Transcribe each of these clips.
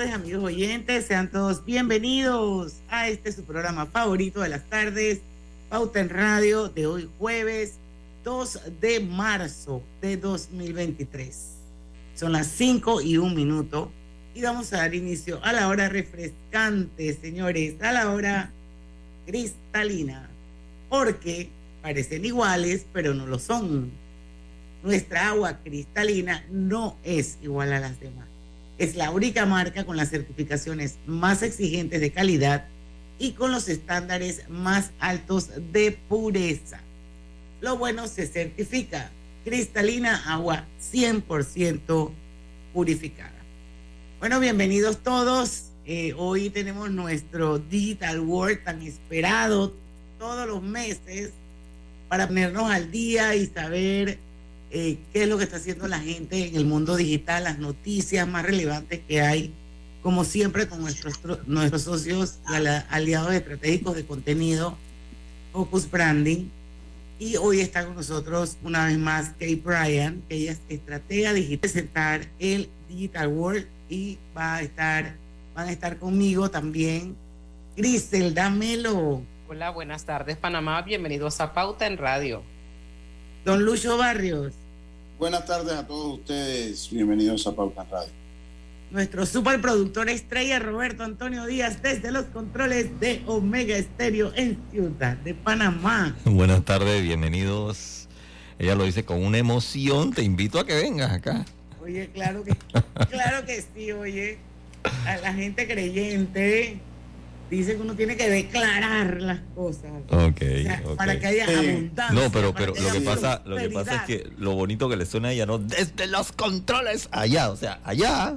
tardes, amigos oyentes. Sean todos bienvenidos a su programa favorito de las tardes, Pauta en Radio, de hoy jueves 2 de marzo de 2023. Son las 5:01 y vamos a dar inicio a la hora refrescante, señores, a la hora cristalina, porque parecen iguales, pero no lo son. Nuestra agua cristalina no es igual a las demás. Es la única marca con las certificaciones más exigentes de calidad y con los estándares más altos de pureza. Lo bueno se certifica. Cristalina, agua 100% purificada. Bueno, bienvenidos todos. Hoy tenemos nuestro Digital World tan esperado todos los meses para ponernos al día y saber qué es lo que está haciendo la gente en el mundo digital, las noticias más relevantes que hay, como siempre con nuestros socios y aliados estratégicos de contenido, Focus Branding. Y hoy está con nosotros una vez más Kay Bryan, que ella es estratega digital, presentar el Digital World, y van a estar conmigo también Griselda Melo. Hola, buenas tardes Panamá, bienvenidos a Pauta en Radio. Don Lucho Barrios. Buenas tardes a todos ustedes, bienvenidos a Pauta en Radio. Nuestro superproductor estrella Roberto Antonio Díaz desde los controles de Omega Estéreo en Ciudad de Panamá. Buenas tardes, bienvenidos. Ella lo dice con una emoción, te invito a que vengas acá. Oye, claro que sí, oye. A la gente creyente dice que uno tiene que declarar las cosas. Okay. Para que haya abundancia. No, pero lo que pasa es que lo bonito que le suena a ella, ¿no? Desde los controles allá, o sea, allá.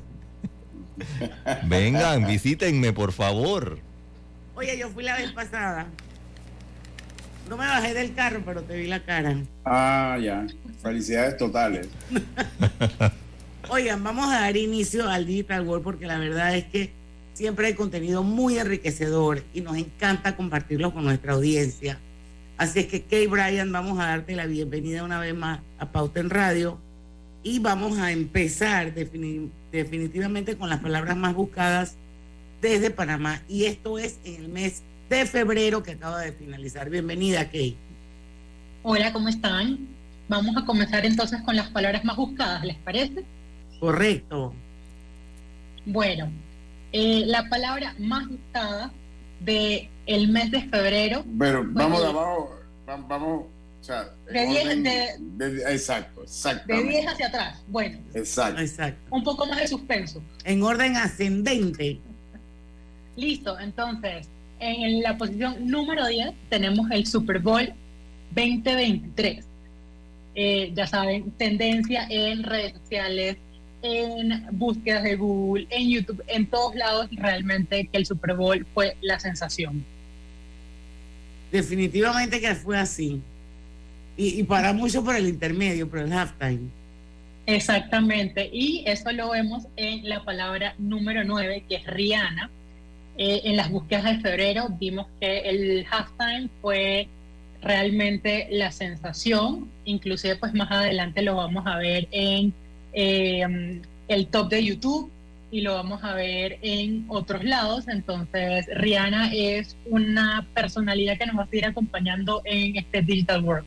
Vengan, visítenme, por favor. Oye, yo fui la vez pasada. No me bajé del carro, pero te vi la cara. Ah, ya. Felicidades totales. Oigan, vamos a dar inicio al Digital World porque la verdad es que siempre hay contenido muy enriquecedor y nos encanta compartirlo con nuestra audiencia. Así es que, Kay Bryan, vamos a darte la bienvenida una vez más a Pauta en Radio y vamos a empezar definitivamente con las palabras más buscadas desde Panamá. Y esto es en el mes de febrero que acaba de finalizar. Bienvenida, Kay. Hola, ¿cómo están? Vamos a comenzar entonces con las palabras más buscadas, ¿les parece? Correcto. Bueno, la palabra más buscada de el mes de febrero. Pero vamos de abajo, vamos, o sea, exacto. De 10 hacia atrás. Bueno, exacto. Un poco más de suspenso. En orden ascendente. Listo, entonces, en la posición número 10 tenemos el Super Bowl 2023. Ya saben, tendencia en redes sociales, en búsquedas de Google, en YouTube, en todos lados, realmente que el Super Bowl fue la sensación. Definitivamente que fue así. Y para mucho por el intermedio, por el halftime. Exactamente, y eso lo vemos en la palabra número 9, que es Rihanna. En las búsquedas de febrero vimos que el halftime fue realmente la sensación, inclusive pues más adelante lo vamos a ver en el top de YouTube y lo vamos a ver en otros lados. Entonces Rihanna es una personalidad que nos va a seguir acompañando en este Digital World.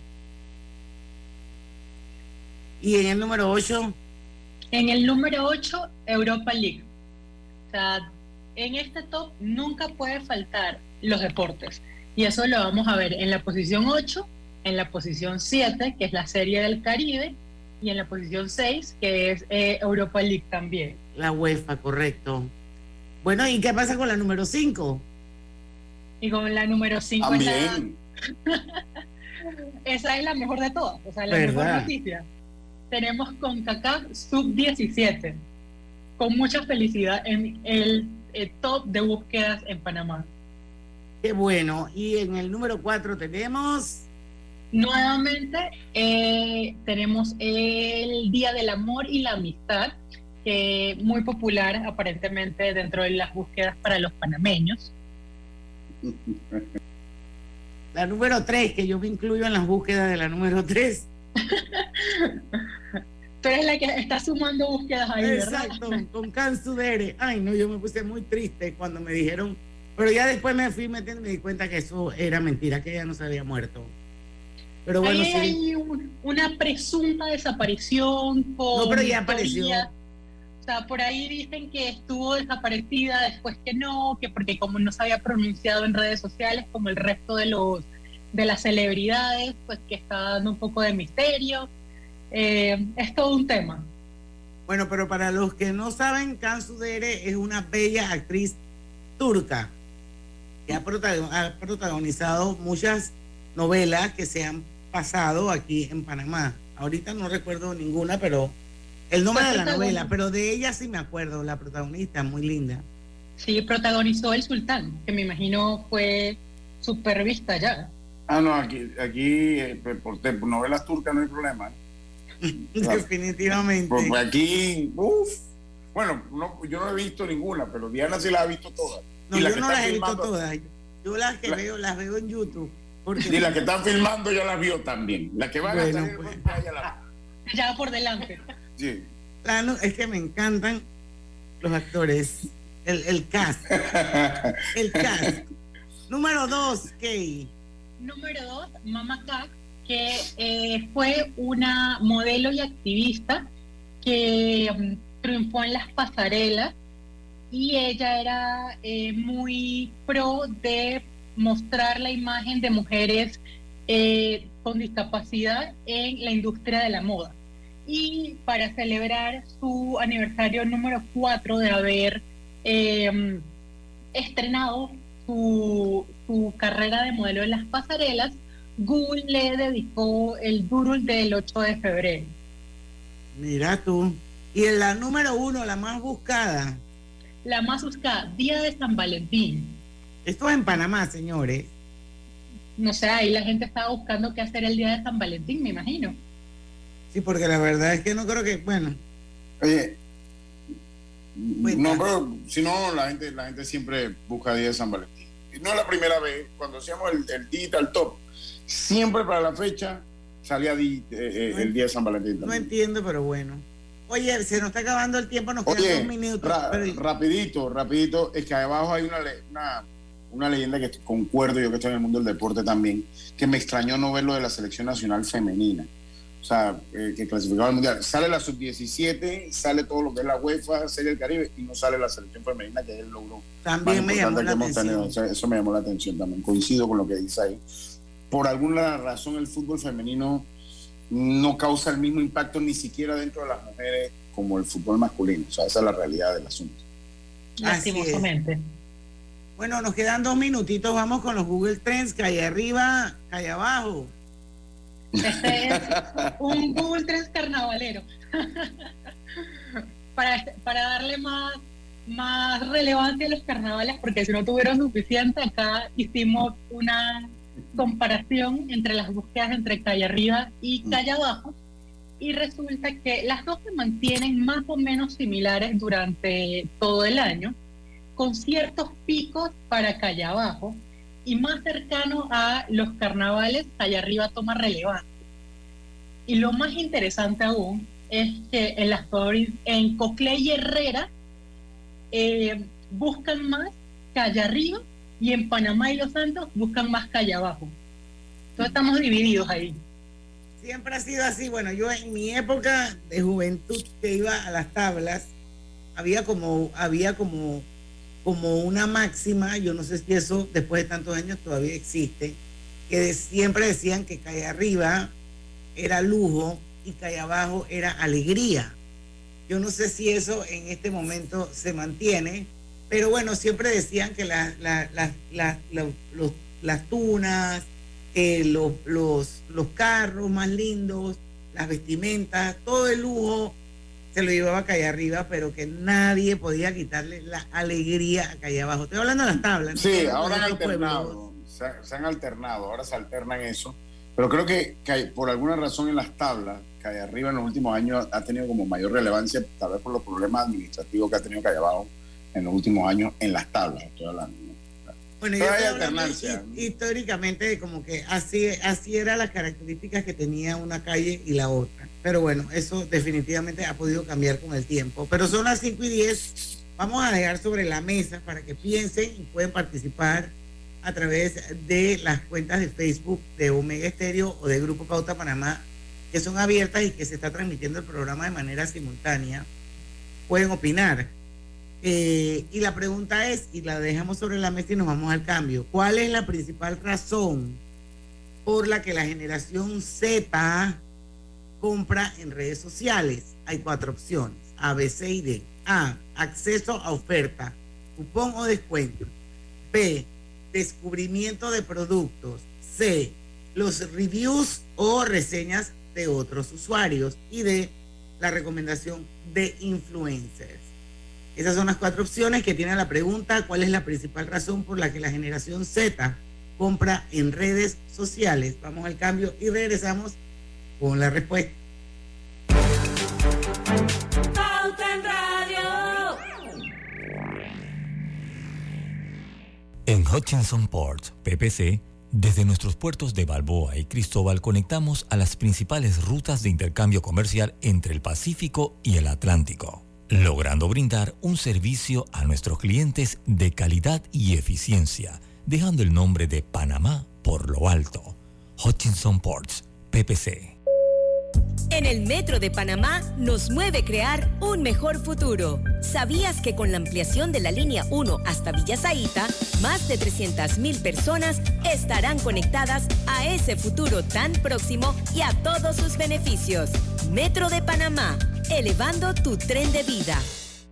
¿Y en el número 8? En el número 8, Europa League. O sea, en este top nunca puede faltar los deportes. Y eso lo vamos a ver en la posición 8, en la posición 7, que es la Serie del Caribe, y en la posición 6, que es Europa League también. La UEFA, correcto. Bueno, ¿y qué pasa con la número 5? Y con la número 5 también. Esa es la mejor de todas, o sea, la mejor noticia. Tenemos CONCACAF Sub-17, con mucha felicidad en el top de búsquedas en Panamá. Qué bueno. Y en el número 4 tenemos... Nuevamente tenemos el Día del Amor y la Amistad, muy popular aparentemente dentro de las búsquedas para los panameños. La número 3, que yo me incluyo en las búsquedas de la número 3. Tú eres la que está sumando búsquedas ahí, ¿verdad? Exacto, con Cansudere. Ay, no, yo me puse muy triste cuando me dijeron, pero ya después me fui metiendo y me di cuenta que eso era mentira, que ella no se había muerto. Pero bueno, ahí hay una presunta desaparición con... No, pero ya apareció. O sea, por ahí dicen que estuvo desaparecida, después que no, que porque como no se había pronunciado en redes sociales como el resto de las celebridades, pues que está dando un poco de misterio. Es todo un tema. Bueno, pero para los que no saben, Cansu Dere es una bella actriz turca que ha protagonizado muchas novelas que se han pasado aquí en Panamá. Ahorita no recuerdo ninguna, pero el nombre de la novela, pero de ella sí me acuerdo, la protagonista, muy linda. Sí, protagonizó El Sultán, que me imagino fue súper vista ya. No, aquí por novelas turcas no hay problema. Definitivamente. Porque aquí, bueno, no, yo no he visto ninguna, pero Diana sí las ha visto todas. No, yo no las he visto todas. Yo las que veo, las veo en YouTube. Y las que están filmando ya las vio también. Las que van a salir, pues, ya por delante. Sí. Es que me encantan los actores. El cast. El cast. Número 2, Kay. Número 2, Mama Cac, que fue una modelo y activista que triunfó en las pasarelas, y ella era muy pro de mostrar la imagen de mujeres con discapacidad en la industria de la moda. Y para celebrar su aniversario número 4 de haber estrenado su carrera de modelo en las pasarelas, Google le dedicó el doodle del 8 de febrero. Mira tú. Y en la número 1, la más buscada. La más buscada, Día de San Valentín. Esto es en Panamá, señores. No sé, ahí la gente estaba buscando qué hacer el Día de San Valentín, me imagino. Sí, porque la verdad es que no creo que, bueno. Oye, no, pero si no, la gente siempre busca Día de San Valentín. Y no es la primera vez, cuando hacíamos el Digital Top, siempre para la fecha salía el Día de San Valentín también. No entiendo, pero bueno. Oye, se nos está acabando el tiempo, nos quedan 2 minutos. Rapidito, es que abajo hay una leyenda que concuerdo, yo que estoy en el mundo del deporte también, que me extrañó no ver lo de la selección nacional femenina. O sea, que clasificaba al mundial. Sale la sub-17, sale todo lo que es la UEFA, Serie del Caribe, y no sale la selección femenina, que es el logro también más me llamó la importante que hemos atención. tenido. O sea, eso me llamó la atención también. Coincido con lo que dice ahí. Por alguna razón, el fútbol femenino no causa el mismo impacto ni siquiera dentro de las mujeres como el fútbol masculino. O sea, esa es la realidad del asunto. Lastimosamente. Bueno, nos quedan 2 minutitos, vamos con los Google Trends, calle arriba, calle abajo. Este es un Google Trends carnavalero. para darle más relevancia a los carnavales, porque si no tuvieron suficiente, acá hicimos una comparación entre las búsquedas entre calle arriba y calle abajo, y resulta que las dos se mantienen más o menos similares durante todo el año, con ciertos picos para calle abajo, y más cercano a los carnavales, calle arriba toma relevancia. Y lo más interesante aún es que en las favoritas, en Coclé y Herrera, buscan más calle arriba, y en Panamá y Los Santos buscan más calle abajo. Entonces estamos divididos ahí. Siempre ha sido así. Bueno, yo en mi época de juventud que iba a las tablas, había como una máxima, yo no sé si eso después de tantos años todavía existe, que siempre decían que calle arriba era lujo y calle abajo era alegría. Yo no sé si eso en este momento se mantiene, pero bueno, siempre decían que las tunas, los carros más lindos, las vestimentas, todo el lujo se lo llevaba a calle arriba, pero que nadie podía quitarle la alegría a calle abajo. Estoy hablando de las tablas. Sí, ahora han alternado, se han alternado, ahora se alternan eso, pero creo que por alguna razón en las tablas, calle arriba en los últimos años ha tenido como mayor relevancia, tal vez por los problemas administrativos que ha tenido calle abajo en los últimos años en las tablas, estoy hablando, ¿no? Bueno, yo estoy hablando históricamente como que así eran las características que tenía una calle y la otra. Pero bueno, eso definitivamente ha podido cambiar con el tiempo. Pero son las 5:10. Vamos a dejar sobre la mesa para que piensen y pueden participar a través de las cuentas de Facebook de Omega Estéreo o de Grupo Pauta Panamá, que son abiertas y que se está transmitiendo el programa de manera simultánea. Pueden opinar. Y la pregunta es, y la dejamos sobre la mesa y nos vamos al cambio, ¿cuál es la principal razón por la que la generación Z compra en redes sociales? Hay 4 opciones, A, B, C y D. A, acceso a oferta, cupón o descuento. B, descubrimiento de productos. C, los reviews o reseñas de otros usuarios. Y D, la recomendación de influencers. Esas son las 4 opciones que tiene la pregunta: ¿cuál es la principal razón por la que la generación Z compra en redes sociales? Vamos al cambio y regresamos con la respuesta. Pauta en Radio. En Hutchinson Ports, PPC, desde nuestros puertos de Balboa y Cristóbal conectamos a las principales rutas de intercambio comercial entre el Pacífico y el Atlántico, logrando brindar un servicio a nuestros clientes de calidad y eficiencia, dejando el nombre de Panamá por lo alto. Hutchinson Ports, PPC. En el Metro de Panamá nos mueve crear un mejor futuro. ¿Sabías que con la ampliación de la línea 1 hasta Villa Zaita, más de 300,000 personas estarán conectadas a ese futuro tan próximo y a todos sus beneficios? Metro de Panamá, elevando tu tren de vida.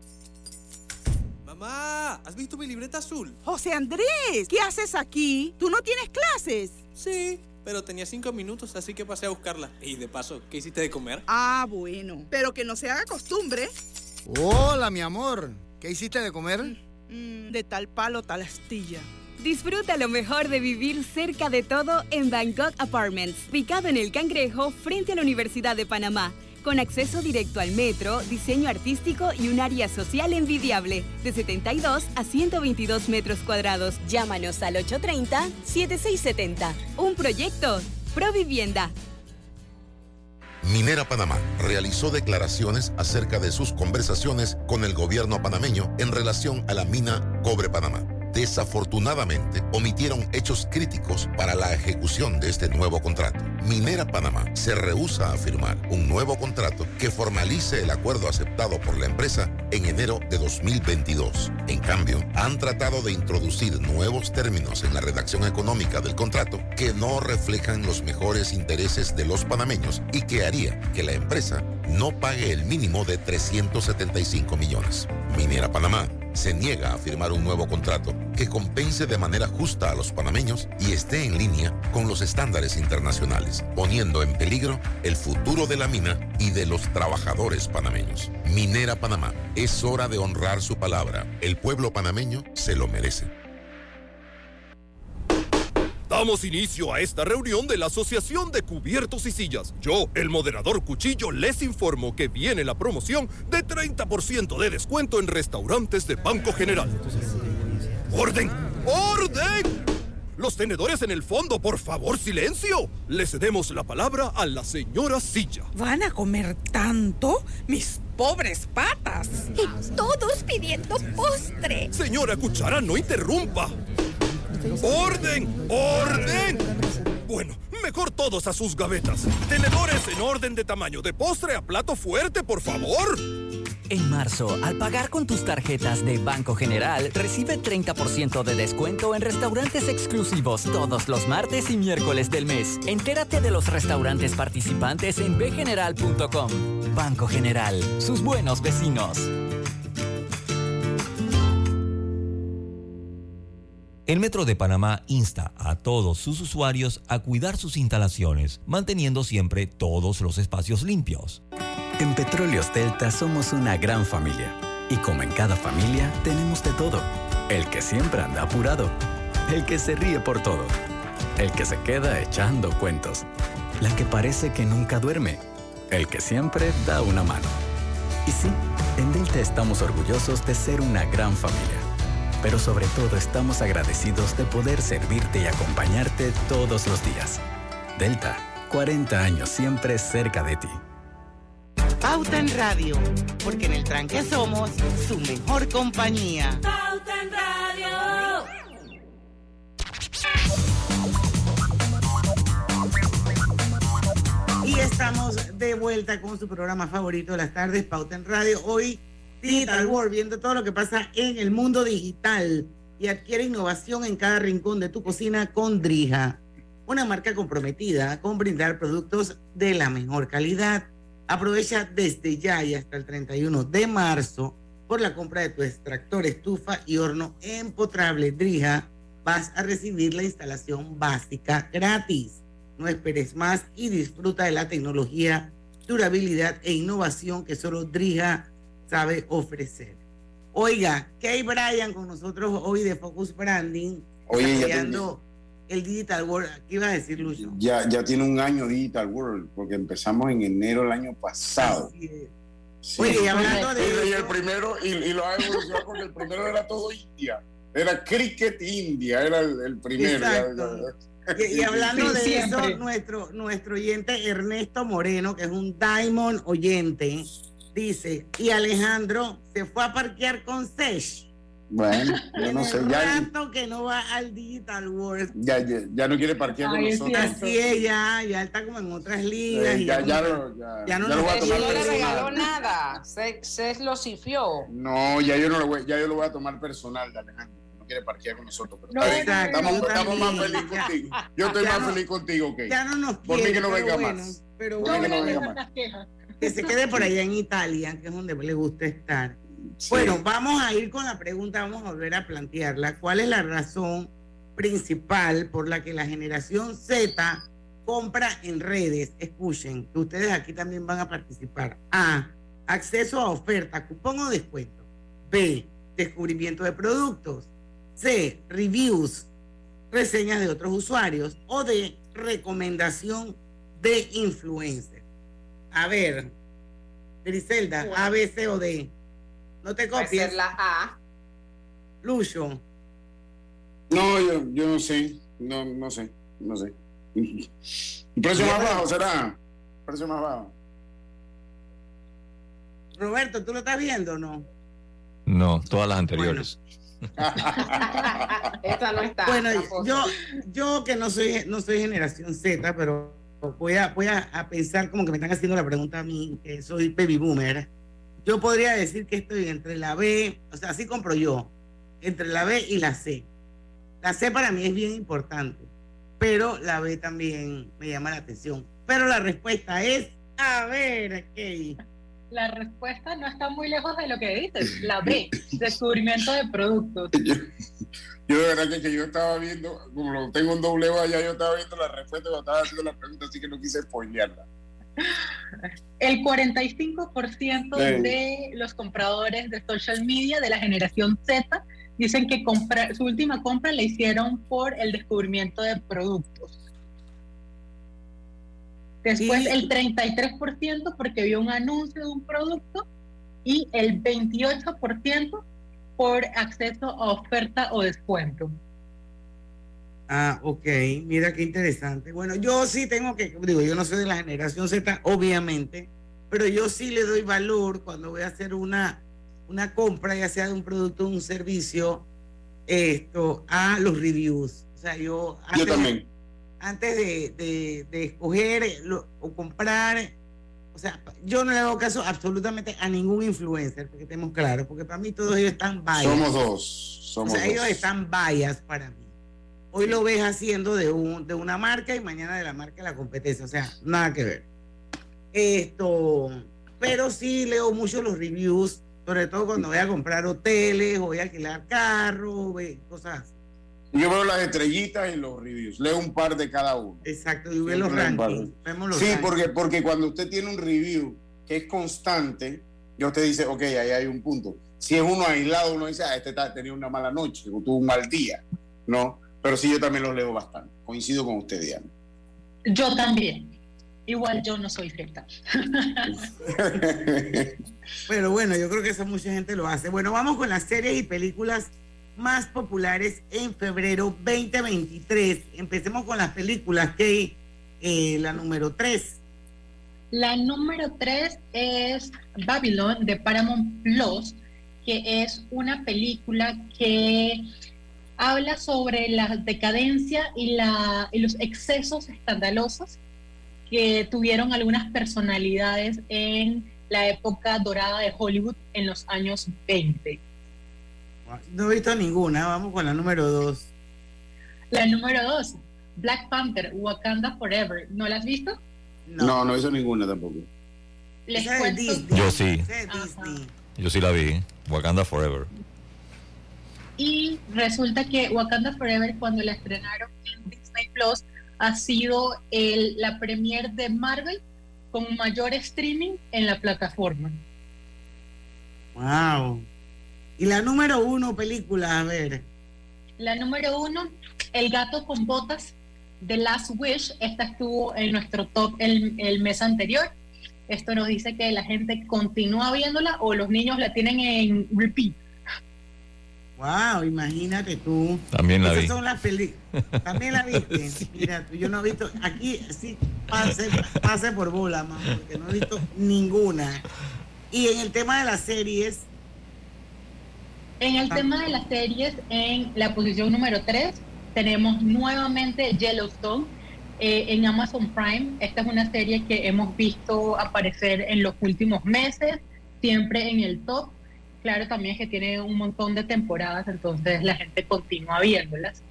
Mamá, ¿has visto mi libreta azul? José Andrés, ¿qué haces aquí? ¿Tú no tienes clases? Sí, pero tenía 5 minutos, así que pasé a buscarla. Y de paso, ¿qué hiciste de comer? Ah, bueno, pero que no se haga costumbre. Hola, mi amor. ¿Qué hiciste de comer? De tal palo, tal astilla. Disfruta lo mejor de vivir cerca de todo en Bangkok Apartments, ubicado en El Cangrejo, frente a la Universidad de Panamá. Con acceso directo al metro, diseño artístico y un área social envidiable, de 72 a 122 metros cuadrados. Llámanos al 830-7670. Un proyecto Provivienda. Minera Panamá realizó declaraciones acerca de sus conversaciones con el gobierno panameño en relación a la mina Cobre Panamá. Desafortunadamente, omitieron hechos críticos para la ejecución de este nuevo contrato. Minera Panamá se rehúsa a firmar un nuevo contrato que formalice el acuerdo aceptado por la empresa en enero de 2022. En cambio, han tratado de introducir nuevos términos en la redacción económica del contrato que no reflejan los mejores intereses de los panameños y que haría que la empresa no pague el mínimo de 375 millones. Minera Panamá se niega a firmar un nuevo contrato que compense de manera justa a los panameños y esté en línea con los estándares internacionales, poniendo en peligro el futuro de la mina y de los trabajadores panameños. Minera Panamá, es hora de honrar su palabra. El pueblo panameño se lo merece. Damos inicio a esta reunión de la Asociación de Cubiertos y Sillas. Yo, el moderador Cuchillo, les informo que viene la promoción de 30% de descuento en restaurantes de Banco General. ¡Orden! ¡Orden! Los tenedores en el fondo, por favor, silencio. Le cedemos la palabra a la señora Silla. ¿Van a comer tanto? ¡Mis pobres patas! Y todos pidiendo postre. Señora Cuchara, no interrumpa. ¡Orden! ¡Orden! Bueno, mejor todos a sus gavetas. Tenedores en orden de tamaño, de postre a plato fuerte, por favor. En marzo, al pagar con tus tarjetas de Banco General, recibe 30% de descuento en restaurantes exclusivos todos los martes y miércoles del mes. Entérate de los restaurantes participantes en bgeneral.com. Banco General, sus buenos vecinos. El Metro de Panamá insta a todos sus usuarios a cuidar sus instalaciones, manteniendo siempre todos los espacios limpios. En Petróleos Delta somos una gran familia. Y como en cada familia, tenemos de todo. El que siempre anda apurado. El que se ríe por todo. El que se queda echando cuentos. La que parece que nunca duerme. El que siempre da una mano. Y sí, en Delta estamos orgullosos de ser una gran familia. pero sobre todo estamos agradecidos de poder servirte y acompañarte todos los días. Delta, 40 años siempre cerca de ti. Pauta en Radio, porque en el tranque somos su mejor compañía. Pauta en Radio. Y estamos de vuelta con su programa favorito de las tardes, Pauta en Radio. Hoy, Digital World, viendo todo lo que pasa en el mundo digital y adquiere innovación en cada rincón de tu cocina con Drija, una marca comprometida con brindar productos de la mejor calidad. Aprovecha desde ya y hasta el 31 de marzo por la compra de tu extractor, estufa y horno empotrable Drija. Vas a recibir la instalación básica gratis. No esperes más y disfruta de la tecnología, durabilidad e innovación que solo Drija sabe ofrecer. Oiga, Kay Bryan con nosotros hoy de Focus Branding, apoyando el Digital World. ¿Qué iba a decir, Lucho? Ya tiene un año Digital World, porque empezamos en enero del año pasado. Sí. Oye, y hablando de y el primero, y lo ha evolucionado porque el primero era todo India. Era Cricket India, era el primero. Exacto. Y hablando de eso, nuestro oyente Ernesto Moreno, que es un Diamond oyente, dice, y Alejandro se fue a parquear con Sesh. Bueno, yo no sé. Tanto que no va al Digital World. Ya no quiere parquear con nosotros. Así es, ya está como en otras ligas. Ya no lo voy a tomar personal. No le regaló personal. nada. Se lo cifió. No, ya yo lo voy a tomar personal de Alejandro. No quiere parquear con nosotros. Pero estamos más felices contigo. Yo estoy más feliz contigo que ya no nos por quiere, mí que no venga bueno, más. Pero por mí bueno, que no venga más. Que se quede por allá en Italia, que es donde le gusta estar. Sí. Bueno, vamos a ir con la pregunta, vamos a volver a plantearla. ¿Cuál es la razón principal por la que la generación Z compra en redes? Escuchen, que ustedes aquí también van a participar. A, acceso a oferta, cupón o descuento. B, descubrimiento de productos. C, reviews, reseñas de otros usuarios. O D, recomendación de influencers. A ver, Griselda, A, B, C o D. No te copies. Puede ser la A. Lucho. No, yo no sé. No sé. ¿Precio más bajo será? ¿Precio más bajo? Roberto, ¿tú lo estás viendo o no? No, todas las anteriores. Bueno. Esta no está. Bueno, yo que no soy generación Z, pero voy a pensar como que me están haciendo la pregunta a mí, que soy baby boomer. Yo podría decir que estoy entre la B, o sea, así compro yo, entre la B y la C. La C para mí es bien importante, pero la B también me llama la atención. Pero la respuesta es, a ver, Kay. La respuesta no está muy lejos de lo que dices. La B, descubrimiento de productos. Yo de verdad que yo estaba viendo, como lo tengo un doble allá, yo estaba viendo la respuesta cuando estaba haciendo la pregunta, así que no quise spoilearla. El 45% de los compradores de social media de la generación Z dicen que su última compra la hicieron por el descubrimiento de productos. Después el 33% porque vio un anuncio de un producto y el 28% por acceso a oferta o descuento. Ah, ok, mira qué interesante. Bueno, yo sí tengo que, yo no soy de la generación Z, obviamente, pero yo sí le doy valor cuando voy a hacer una compra, ya sea de un producto o un servicio, a los reviews. O sea, yo también. Antes de escoger o comprar, o sea, yo no le hago caso absolutamente a ningún influencer, porque estemos claros, porque para mí todos ellos están bias. Somos dos. Ellos están bias para mí. Hoy lo ves haciendo de una marca y mañana de la marca de la competencia, o sea, nada que ver. Pero sí leo mucho los reviews, sobre todo cuando voy a comprar hoteles, o voy a alquilar carros, cosas así. Yo veo las estrellitas y los reviews, leo un par de cada uno. Exacto, y veo los rankings. Sí, porque cuando usted tiene un review que es constante, ya usted dice, ok, ahí hay un punto. Si es uno aislado, uno dice, este tenía una mala noche, o tuvo un mal día, ¿no? Pero sí, yo también los leo bastante. Coincido con usted, Diana. Yo también. Igual yo no soy Z. Pero bueno, yo creo que eso mucha gente lo hace. Bueno, vamos con las series y películas más populares en febrero 2023. Empecemos con las películas, que la número 3. La número 3 es Babylon de Paramount Plus, que es una película que habla sobre la decadencia y los excesos escandalosos que tuvieron algunas personalidades en la época dorada de Hollywood en los años 20. No he visto ninguna, vamos con la número 2. La número 2, Black Panther, Wakanda Forever. ¿No la has visto? No he visto ninguna tampoco. Les cuento. Yo sí. Yo sí la vi. Wakanda Forever. Y resulta que Wakanda Forever, cuando la estrenaron en Disney Plus, ha sido la premier de Marvel con mayor streaming en la plataforma. Wow. Y la número 1 película, a ver. La número 1, El gato con botas, The Last Wish. Esta estuvo en nuestro top el mes anterior. Esto nos dice que la gente continúa viéndola o los niños la tienen en repeat. Wow, imagínate tú. También la vi. Esas son las películas. También la viste. Sí. Mira, yo no he visto. Aquí sí pase por bola, mamá, porque no he visto ninguna. Y en el tema de las series. En el tema de las series, en la posición número 3, tenemos nuevamente Yellowstone en Amazon Prime. Esta es una serie que hemos visto aparecer en los últimos meses, siempre en el top. Claro, también es que tiene un montón de temporadas, entonces la gente continúa viéndolas.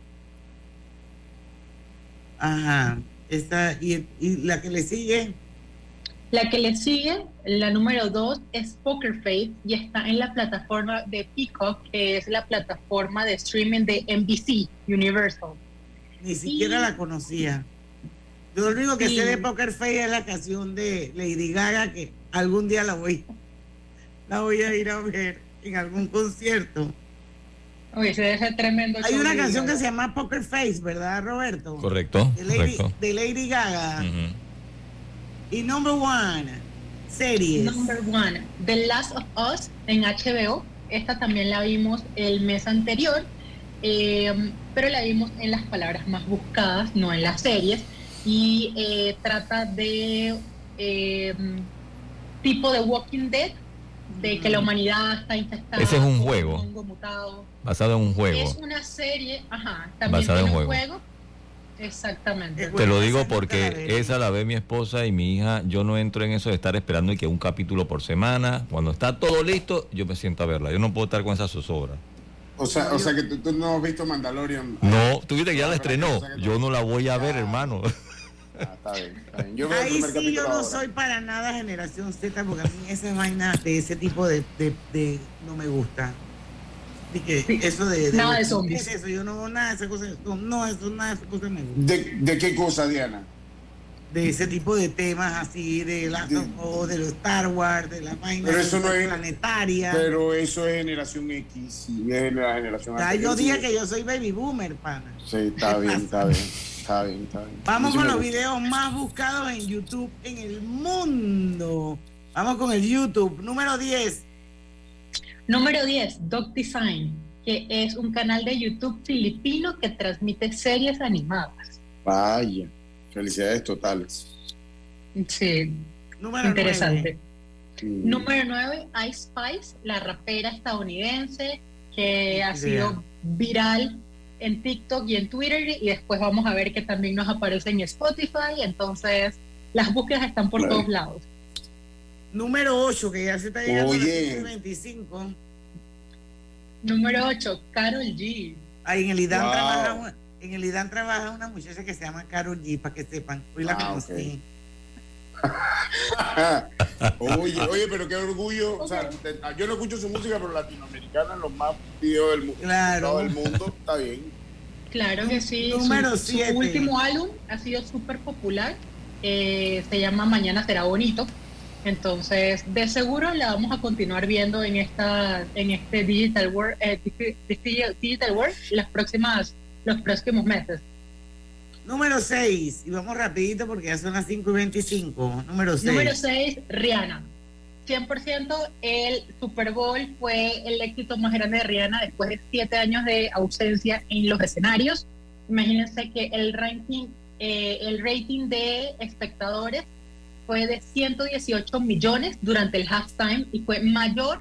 Ajá. ¿Y la que le sigue? La que le sigue, la número 2, es Poker Face y está en la plataforma de Peacock, que es la plataforma de streaming de NBC Universal. Ni siquiera la conocía. Yo lo único que sé de Poker Face es la canción de Lady Gaga, que algún día la voy a ir a ver en algún concierto. Oye, ese debe ser tremendo. Hay una canción que se llama Poker Face, ¿verdad, Roberto? Correcto. De Lady Gaga. Y number 1, series. Number 1, The Last of Us en HBO. Esta también la vimos el mes anterior, pero la vimos en las palabras más buscadas, no en las series. Y trata de tipo de Walking Dead, de que la humanidad está infestada. Ese es un juego. Basado en un juego. Es una serie, también basado en un juego. Exactamente. Te lo digo porque esa la ve mi esposa y mi hija. Yo no entro en eso de estar esperando y que un capítulo por semana. Cuando está todo listo, yo me siento a verla. Yo no puedo estar con esa zozobra. O sea que tú no has visto Mandalorian. No, tú viste que ya la estrenó. Yo no la voy a ver, hermano. Está bien. Yo veo ahí sí yo no soy para nada generación Z, porque a mí esa vaina de ese tipo de no me gusta. Y que eso de nada de zombies. Eso, yo no nada de esas cosas. No, eso nada de esas cosas me gusta. ¿De qué cosa, Diana? De ese tipo de temas así, de los Star Wars, de la vaina planetaria. Pero eso es generación X y es la generación yo dije que yo soy baby boomer, pana. Sí, está bien. Vamos con los videos más buscados en YouTube en el mundo. Vamos con el YouTube. Número 10. Número 10, Dog Design, que es un canal de YouTube filipino que transmite series animadas. Vaya, felicidades totales. Sí, número interesante. 9. Número 9, Ice Spice, la rapera estadounidense que ha sido viral en TikTok y en Twitter, y después vamos a ver que también nos aparece en Spotify, entonces las búsquedas están por todos lados. Número 8, que ya se está llegando a las 25. Número 8, Karol G. Ahí en el IDAN trabaja una muchacha que se llama Karol G, para que sepan. Hoy la conocí. Okay. Oye, pero qué orgullo. Okay. O sea, yo no escucho su música, pero latinoamericana en los más videos del mundo. Claro. Todo el mundo está bien. Claro que sí. Número 7. Su último álbum ha sido súper popular. Se llama Mañana Será Bonito. Entonces, de seguro la vamos a continuar viendo en este Digital World, Digital World los próximos meses. Número 6, y vamos rapidito porque ya son las 5:25. Número 6. Número 6, Rihanna. 100%, el Super Bowl fue el éxito más grande de Rihanna después de 7 años de ausencia en los escenarios. Imagínense que el rating de espectadores fue de 118 millones durante el halftime y fue mayor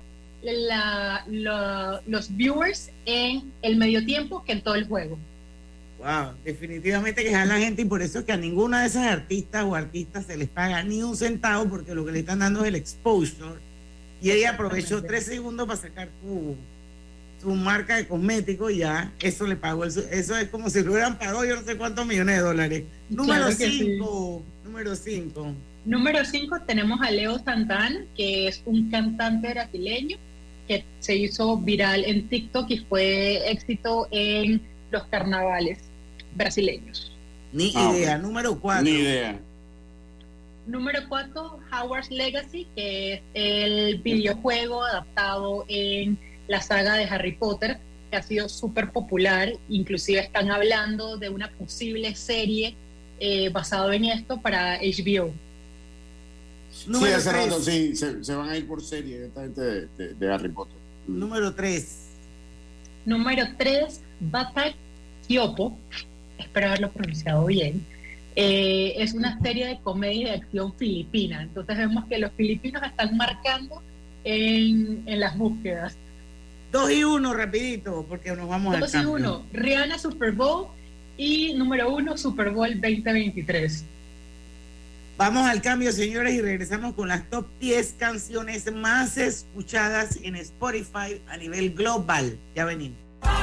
los viewers en el medio tiempo que en todo el juego. Wow, definitivamente que es la gente, y por eso es que a ninguna de esas artistas o artistas se les paga ni un centavo, porque lo que le están dando es el exposure, y ella aprovechó 3 segundos para sacar su marca de cosméticos y ya eso le pagó, eso es como si le hubieran pagado yo no sé cuántos millones de dólares. Número 5. Número 5 tenemos a Leo Santana, que es un cantante brasileño que se hizo viral en TikTok y fue éxito en los carnavales brasileños. Ni idea. Número 4. Ni idea. Número 4, Hogwarts Legacy, que es el videojuego adaptado en la saga de Harry Potter, que ha sido súper popular. Inclusive están hablando de una posible serie basado en esto para HBO. Sí, hace rato, sí, se van a ir por serie esta gente de Harry Potter. Número 3. Número 3, Bata Kyopo, espero haberlo pronunciado bien. Es una serie de comedia y de acción filipina. Entonces vemos que los filipinos están marcando en las búsquedas. 2 y 1, rapidito, porque nos vamos a 2 y 1, Rihanna Super Bowl y número 1, Super Bowl 2023. Vamos al cambio, señores, y regresamos con las top 10 canciones más escuchadas en Spotify a nivel global. Ya venimos.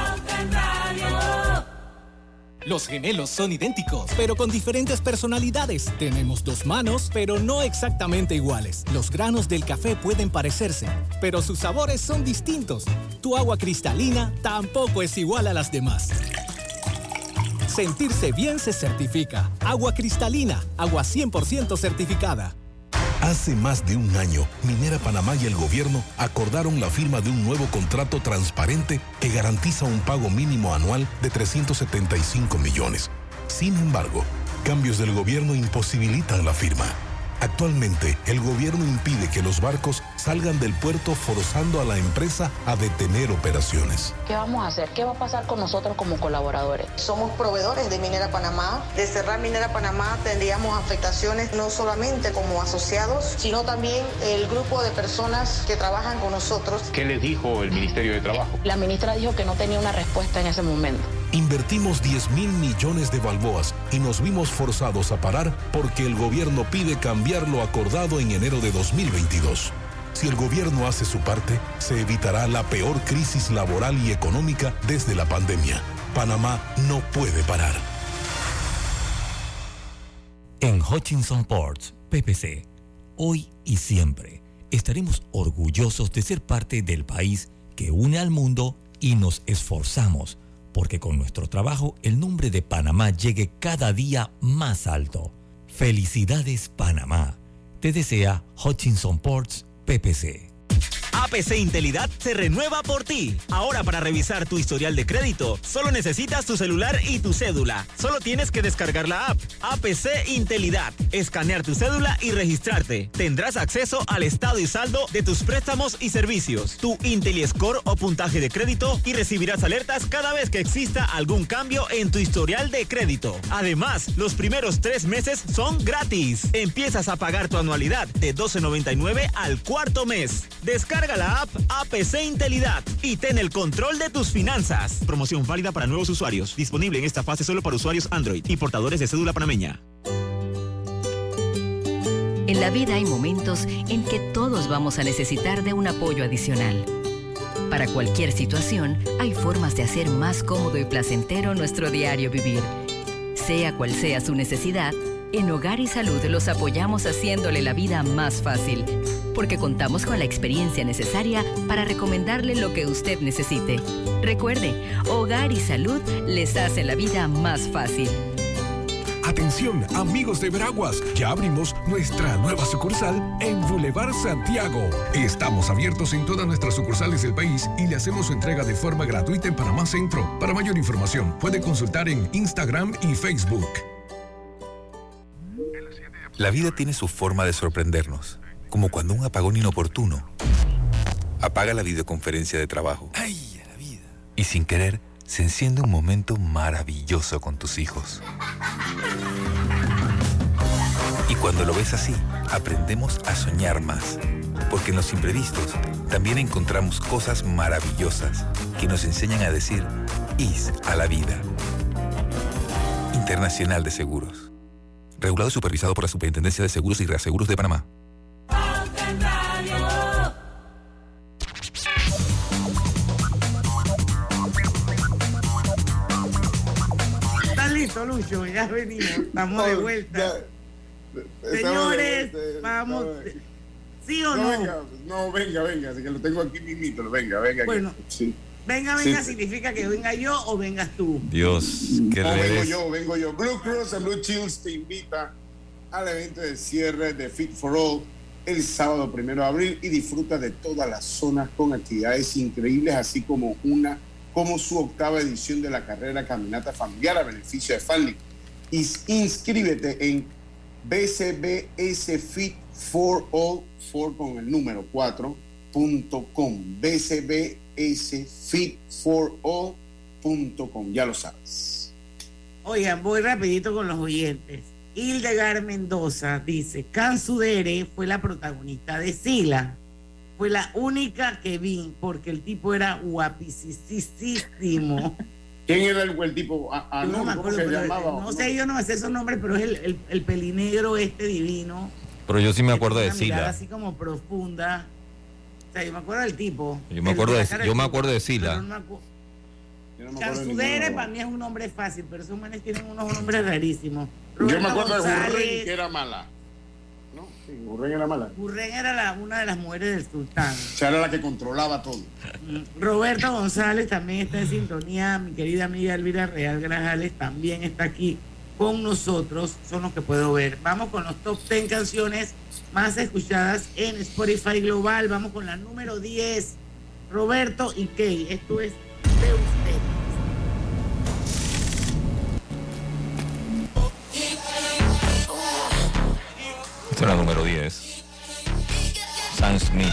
Los gemelos son idénticos, pero con diferentes personalidades. Tenemos 2 manos, pero no exactamente iguales. Los granos del café pueden parecerse, pero sus sabores son distintos. Tu agua cristalina tampoco es igual a las demás. Sentirse bien se certifica. Agua cristalina, agua 100% certificada. Hace más de un año, Minera Panamá y el gobierno acordaron la firma de un nuevo contrato transparente que garantiza un pago mínimo anual de 375 millones. Sin embargo, cambios del gobierno imposibilitan la firma. Actualmente, el gobierno impide que los barcos salgan del puerto, forzando a la empresa a detener operaciones. ¿Qué vamos a hacer? ¿Qué va a pasar con nosotros como colaboradores? Somos proveedores de Minera Panamá. De cerrar Minera Panamá tendríamos afectaciones no solamente como asociados, sino también el grupo de personas que trabajan con nosotros. ¿Qué les dijo el Ministerio de Trabajo? La ministra dijo que no tenía una respuesta en ese momento. Invertimos 10.000 millones de balboas y nos vimos forzados a parar porque el gobierno pide cambiar lo acordado en enero de 2022. Si el gobierno hace su parte, se evitará la peor crisis laboral y económica desde la pandemia. Panamá no puede parar. En Hutchinson Ports, PPC, hoy y siempre estaremos orgullosos de ser parte del país que une al mundo y nos esforzamos porque con nuestro trabajo el nombre de Panamá llegue cada día más alto. Felicidades, Panamá. Te desea Hutchinson Ports, PPC. APC Intelidad se renueva por ti. Ahora, para revisar tu historial de crédito, solo necesitas tu celular y tu cédula. Solo tienes que descargar la app APC Intelidad, escanear tu cédula y registrarte. Tendrás acceso al estado y saldo de tus préstamos y servicios, tu IntelliScore o puntaje de crédito, y recibirás alertas cada vez que exista algún cambio en tu historial de crédito. Además, los primeros 3 meses son gratis. Empiezas a pagar tu anualidad de $12.99 al 4º mes. Descarga la app APC Intelidad y ten el control de tus finanzas. Promoción válida para nuevos usuarios. Disponible en esta fase solo para usuarios Android y portadores de cédula panameña. En la vida hay momentos en que todos vamos a necesitar de un apoyo adicional. Para cualquier situación, hay formas de hacer más cómodo y placentero nuestro diario vivir. Sea cual sea su necesidad, en Hogar y Salud los apoyamos haciéndole la vida más fácil, porque contamos con la experiencia necesaria para recomendarle lo que usted necesite. Recuerde, Hogar y Salud les hace la vida más fácil. Atención, amigos de Veraguas, ya abrimos nuestra nueva sucursal en Boulevard Santiago. Estamos abiertos en todas nuestras sucursales del país y le hacemos su entrega de forma gratuita en Panamá Centro. Para mayor información, puede consultar en Instagram y Facebook. La vida tiene su forma de sorprendernos. como cuando un apagón inoportuno apaga la videoconferencia de trabajo. ¡Ay, a la vida! Y sin querer, se enciende un momento maravilloso con tus hijos. Y cuando lo ves así, aprendemos a soñar más. Porque en los imprevistos también encontramos cosas maravillosas que nos enseñan a decir IS a la vida. Internacional de Seguros. Regulado y supervisado por la Superintendencia de Seguros y Reaseguros de Panamá. ¿Estás listo, Lucho? Ya venimos, estamos de vuelta. Señores, vamos. ¿Sí o no? Venga, así que lo tengo aquí mismito, venga. Bueno, sí. Venga, significa que venga yo o vengas tú. Dios, qué vengo yo. Blue Cross and Blue Shields te invita al evento de cierre de Fit for All el sábado 1 de abril y disfruta de todas las zonas con actividades increíbles, así como su 8ª edición de la carrera Caminata Familiar a beneficio de Family. Inscríbete en bcbsfit4all, 4 con el número 4.com, bcbsfit4all.com, ya lo sabes. Oigan, voy rapidito con los oyentes. Hildegard Mendoza dice, Cansudere fue la protagonista de Sila. Fue la única que vi porque el tipo era guapísimo. ¿Quién era el tipo? No me acuerdo, no sé, yo no sé esos nombres, pero es el pelinegro divino. Pero yo sí me acuerdo de Sila. Así como profunda. O sea, yo me acuerdo del tipo. Yo me acuerdo de Sila. Cansudere para mí es un nombre fácil, pero esos manes tienen unos nombres rarísimos. Yo me acuerdo de Gurren, que era mala. ¿No? Sí, Gurren era mala. Gurren era una de las mujeres del sultán. O sea, era la que controlaba todo. Roberto González también está en sintonía. Mi querida amiga Elvira Real Grajales también está aquí con nosotros. Son los que puedo ver. Vamos con los top 10 canciones más escuchadas en Spotify Global. Vamos con la número 10. Roberto y Kay. Esto es de ustedes. Esta es la número 10. Sam Smith.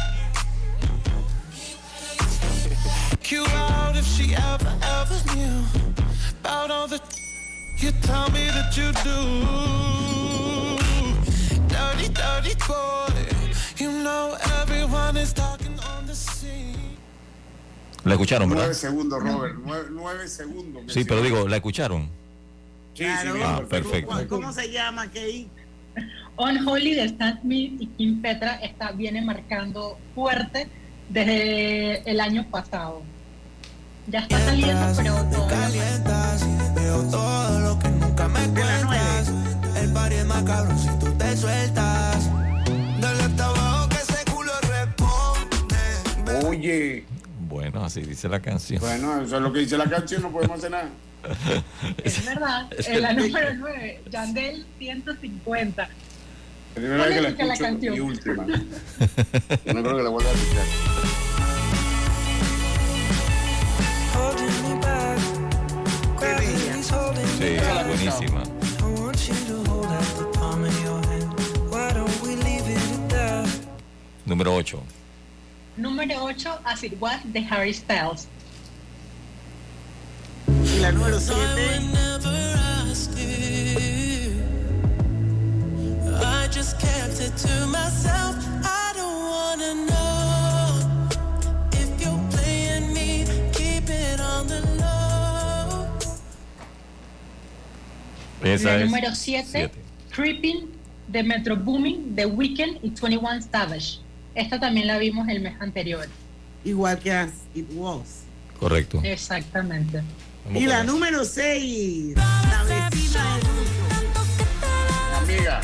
¿La escucharon, verdad? 9 segundos, Robert. 9 segundos. Sí, pero digo, ¿la escucharon? Sí, claro. Bien, perfecto. ¿Cómo se llama, Kay? Unholy de Stan Smith y Kim Petra viene marcando fuerte desde el año pasado. Ya está saliendo, pero veo todo lo que nunca me cuentas. El party es más cabrón si tú te sueltas. Dale hasta abajo que ese culo responde. Oye. Bueno, así dice la canción. Bueno, eso es lo que dice la canción, no podemos hacer nada. Es verdad. En la número 9, Yandel 150. Primera vez que la escucho y última. Yo no creo que la vuelva a escuchar. Sí, es buenísima. Número 8. Número 8, As It Was de Harry Styles. Y la número 7. I just kept it to myself. I don't wanna know if you're playing me. Keep it on the low. Esa la es número 7, Creeping de Metro Boomin, The Weeknd y 21 Savage. Esta también la vimos el mes anterior. Igual que As It Was. Correcto. Exactamente. Y la número 6, la vecina de Lucho. Amiga.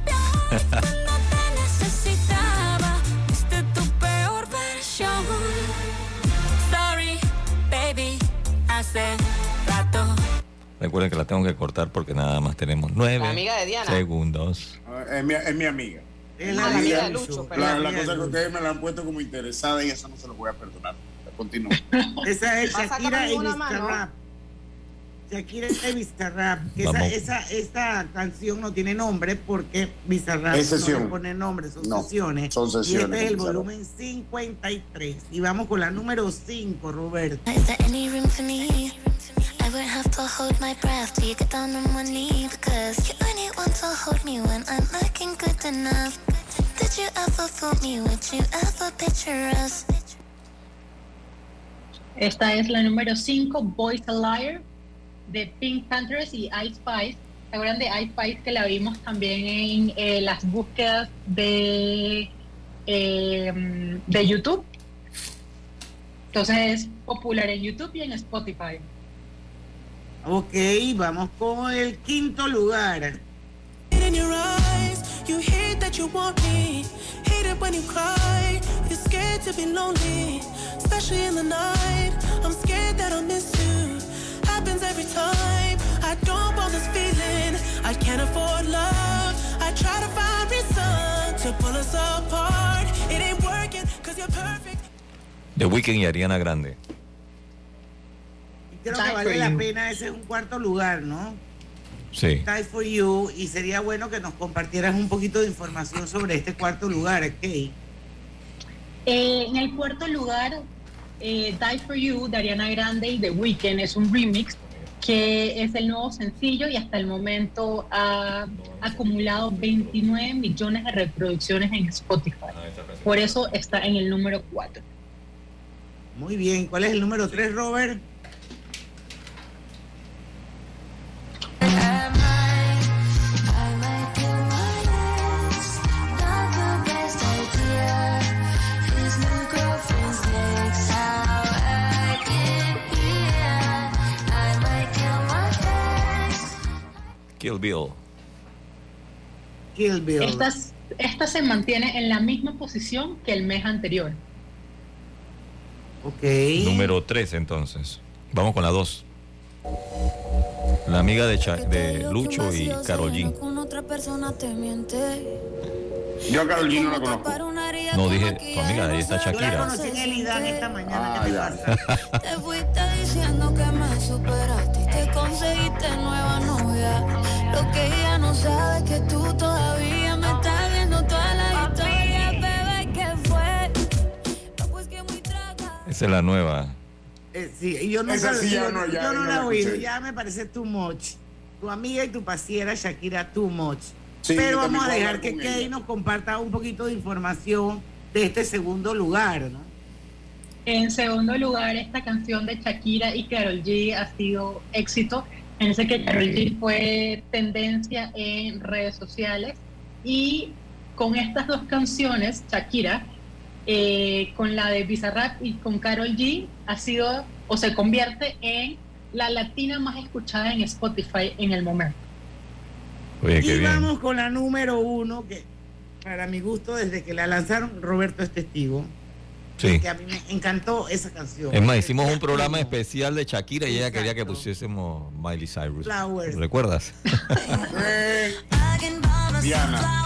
Recuerden que la tengo que cortar porque nada más tenemos 9 amiga de Diana. segundos. Es mi amiga. Es la amiga de Lucho. La cosa que ustedes me la han puesto como interesada y eso no se lo voy a perdonar. Continúa. Esa es Shakira y Bizarrap. Shakira y Bizarrap. Esta canción no tiene nombre porque Bizarrap no le pone nombre, son sesiones. Son sesiones. Y este es el volumen 53. Y vamos con la número 5, Roberto. I would have to hold my breath till you get down on one knee, because you only want to hold me when I'm looking good enough. Did you ever fool me? Would you ever picture us? Esta es la número 5, Boys a Liar, de Pink Panthers y Ice Spice. ¿Se acuerdan de Ice Spice, que la vimos también en las búsquedas de YouTube? Entonces es popular en YouTube y en Spotify. Ok, vamos con el quinto lugar. In your eyes, you hate that you want me. Hate it when you cry. You're scared to be lonely, especially in the night. I'm scared that I'll miss you. Happens every time. I don't want this feeling. I can't afford love. I try to find reason to pull us apart. It ain't working 'cause you're perfect. The Weeknd y Ariana Grande. Creo que vale la pena, ese es un cuarto lugar, ¿no? Sí. Die for You, y sería bueno que nos compartieras un poquito de información sobre este cuarto lugar, Kay. En el cuarto lugar, Die for You de Ariana Grande y The Weeknd es un remix que es el nuevo sencillo y hasta el momento ha acumulado 29 millones de reproducciones en Spotify. Por eso está en el número 4. Muy bien, ¿cuál es el número 3, Robert? Kill Bill. Kill Bill. Esta se mantiene en la misma posición que el mes anterior. Ok. Número 3, entonces. Vamos con la 2. La amiga de Lucho y Karol G. Yo a Karol G no la conozco. No, dije tu amiga, ahí está Shakira. Yo la conocí en el IDAN esta mañana. ¿Qué te pasa? Te fuiste diciendo que me superaste y te conseguiste nueva novia. Lo que ella no sabe es que tú todavía me estás viendo toda la historia, bebé, ¿qué fue? No, pues que muy traga. Esa es la nueva. Sí, y yo no la he oído, ya me parece too much. Tu amiga y tu pasiera Shakira, too much. Sí, pero vamos a dejar que Kay nos comparta un poquito de información de este segundo lugar, ¿no? En segundo lugar, esta canción de Shakira y Karol G ha sido éxito. Fíjense que Karol G fue tendencia en redes sociales y con estas dos canciones, Shakira, con la de Bizarrap y con Karol G, ha sido o se convierte en la latina más escuchada en Spotify en el momento. Oye, y vamos con la número 1, que para mi gusto, desde que la lanzaron, Roberto es testigo. Sí. Que a mí me encantó esa canción. Es más, hicimos un programa especial de Shakira y ella quería que pusiésemos Miley Cyrus. Flowers. ¿Recuerdas? Diana.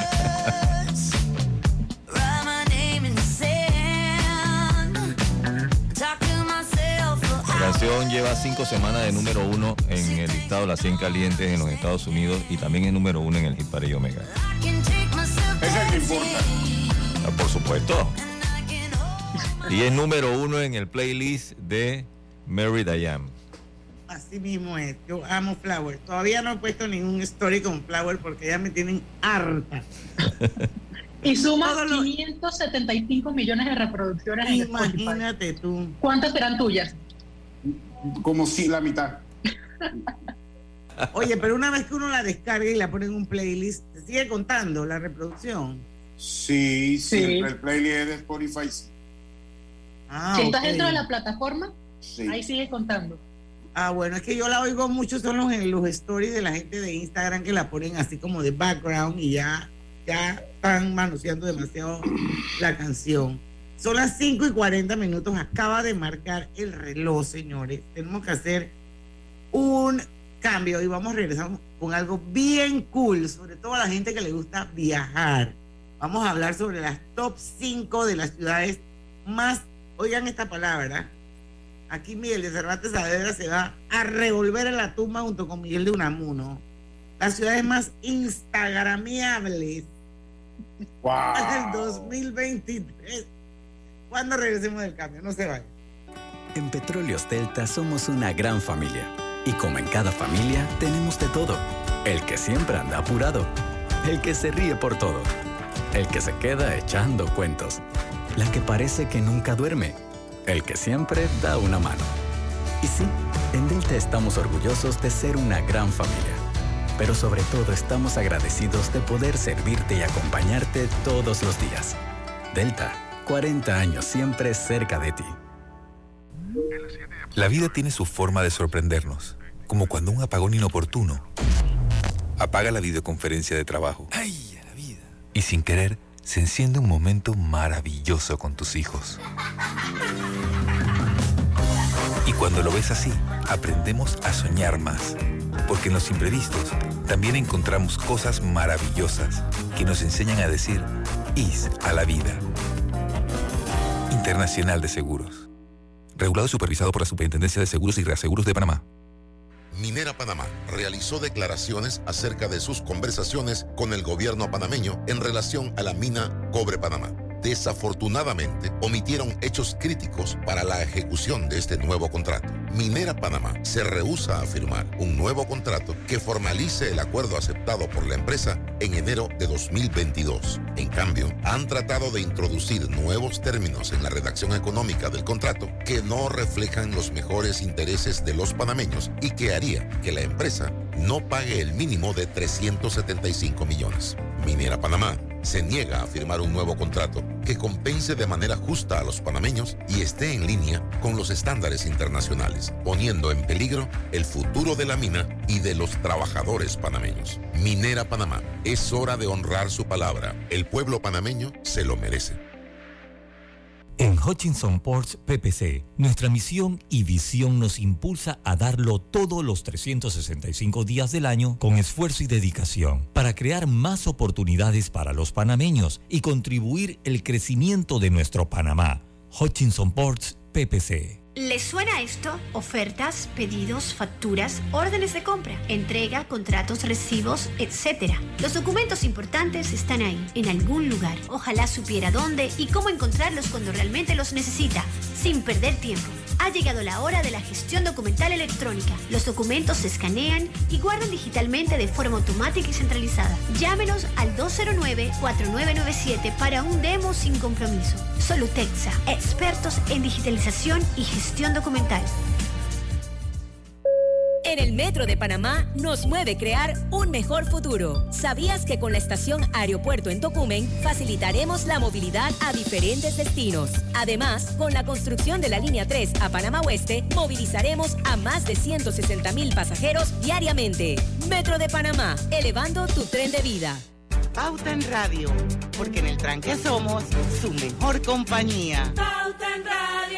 La canción lleva 5 semanas de número 1 en el listado de las 100 calientes en los Estados Unidos y también es número 1 en el Hit Parade Omega. ¿Esa es que importa? Por supuesto. Y es número 1 en el playlist de Married I Am. Así mismo es. Yo amo Flower. Todavía no he puesto ningún story con Flower porque ya me tienen harta. Y suma 575 millones de reproducciones en Spotify. Imagínate tú. ¿Cuántas serán tuyas? Como si la mitad. Oye, pero una vez que uno la descarga y la pone en un playlist, ¿te sigue contando la reproducción? Sí. El playlist de Spotify. Sí. Si estás dentro de la plataforma, ahí sigue contando. Ah, bueno, es que yo la oigo mucho, son los stories de la gente de Instagram que la ponen así como de background y ya están manoseando demasiado la canción. Son las 5:40, acaba de marcar el reloj, señores. Tenemos que hacer un cambio y vamos a regresar con algo bien cool, sobre todo a la gente que le gusta viajar. Vamos a hablar sobre las top 5 de las ciudades más, oigan esta palabra, Aquí Miguel de Cervantes Saavedra se va a revolver en la tumba junto con Miguel de Unamuno. Las ciudades más instagramiables del 2023. Cuando regresemos del cambio, no se vayan. En Petróleos Delta somos una gran familia. Y como en cada familia, tenemos de todo. El que siempre anda apurado. El que se ríe por todo. El que se queda echando cuentos. La que parece que nunca duerme. El que siempre da una mano. Y sí, en Delta estamos orgullosos de ser una gran familia. Pero sobre todo estamos agradecidos de poder servirte y acompañarte todos los días. Delta, 40 años siempre cerca de ti. La vida tiene su forma de sorprendernos, como cuando un apagón inoportuno apaga la videoconferencia de trabajo. ¡Ay, a la vida! Y sin querer, se enciende un momento maravilloso con tus hijos. Y cuando lo ves así, aprendemos a soñar más. Porque en los imprevistos también encontramos cosas maravillosas que nos enseñan a decir IS a la vida. Internacional de Seguros. Regulado y supervisado por la Superintendencia de Seguros y Reaseguros de Panamá. Minera Panamá realizó declaraciones acerca de sus conversaciones con el gobierno panameño en relación a la mina Cobre Panamá. Desafortunadamente, omitieron hechos críticos para la ejecución de este nuevo contrato. Minera Panamá se rehúsa a firmar un nuevo contrato que formalice el acuerdo aceptado por la empresa en enero de 2022. En cambio, han tratado de introducir nuevos términos en la redacción económica del contrato que no reflejan los mejores intereses de los panameños y que haría que la empresa no pague el mínimo de 375 millones. Minera Panamá se niega a firmar un nuevo contrato que compense de manera justa a los panameños y esté en línea con los estándares internacionales, poniendo en peligro el futuro de la mina y de los trabajadores panameños. Minera Panamá, es hora de honrar su palabra. El pueblo panameño se lo merece. En Hutchinson Ports PPC, nuestra misión y visión nos impulsa a darlo todos los 365 días del año con esfuerzo y dedicación para crear más oportunidades para los panameños y contribuir el crecimiento de nuestro Panamá. Hutchinson Ports PPC. ¿Les suena esto? Ofertas, pedidos, facturas, órdenes de compra, entrega, contratos, recibos, etc. Los documentos importantes están ahí, en algún lugar. Ojalá supiera dónde y cómo encontrarlos cuando realmente los necesita, sin perder tiempo. Ha llegado la hora de la gestión documental electrónica. Los documentos se escanean y guardan digitalmente de forma automática y centralizada. Llámenos al 209-4997 para un demo sin compromiso. Solutexa, expertos en digitalización y gestión documental. En el Metro de Panamá nos mueve crear un mejor futuro. ¿Sabías que con la estación Aeropuerto en Tocumen facilitaremos la movilidad a diferentes destinos? Además, con la construcción de la línea 3 a Panamá Oeste, movilizaremos a más de 160,000 pasajeros diariamente. Metro de Panamá, elevando tu tren de vida. Pauta en Radio, porque en el tranque somos su mejor compañía. Pauta en Radio.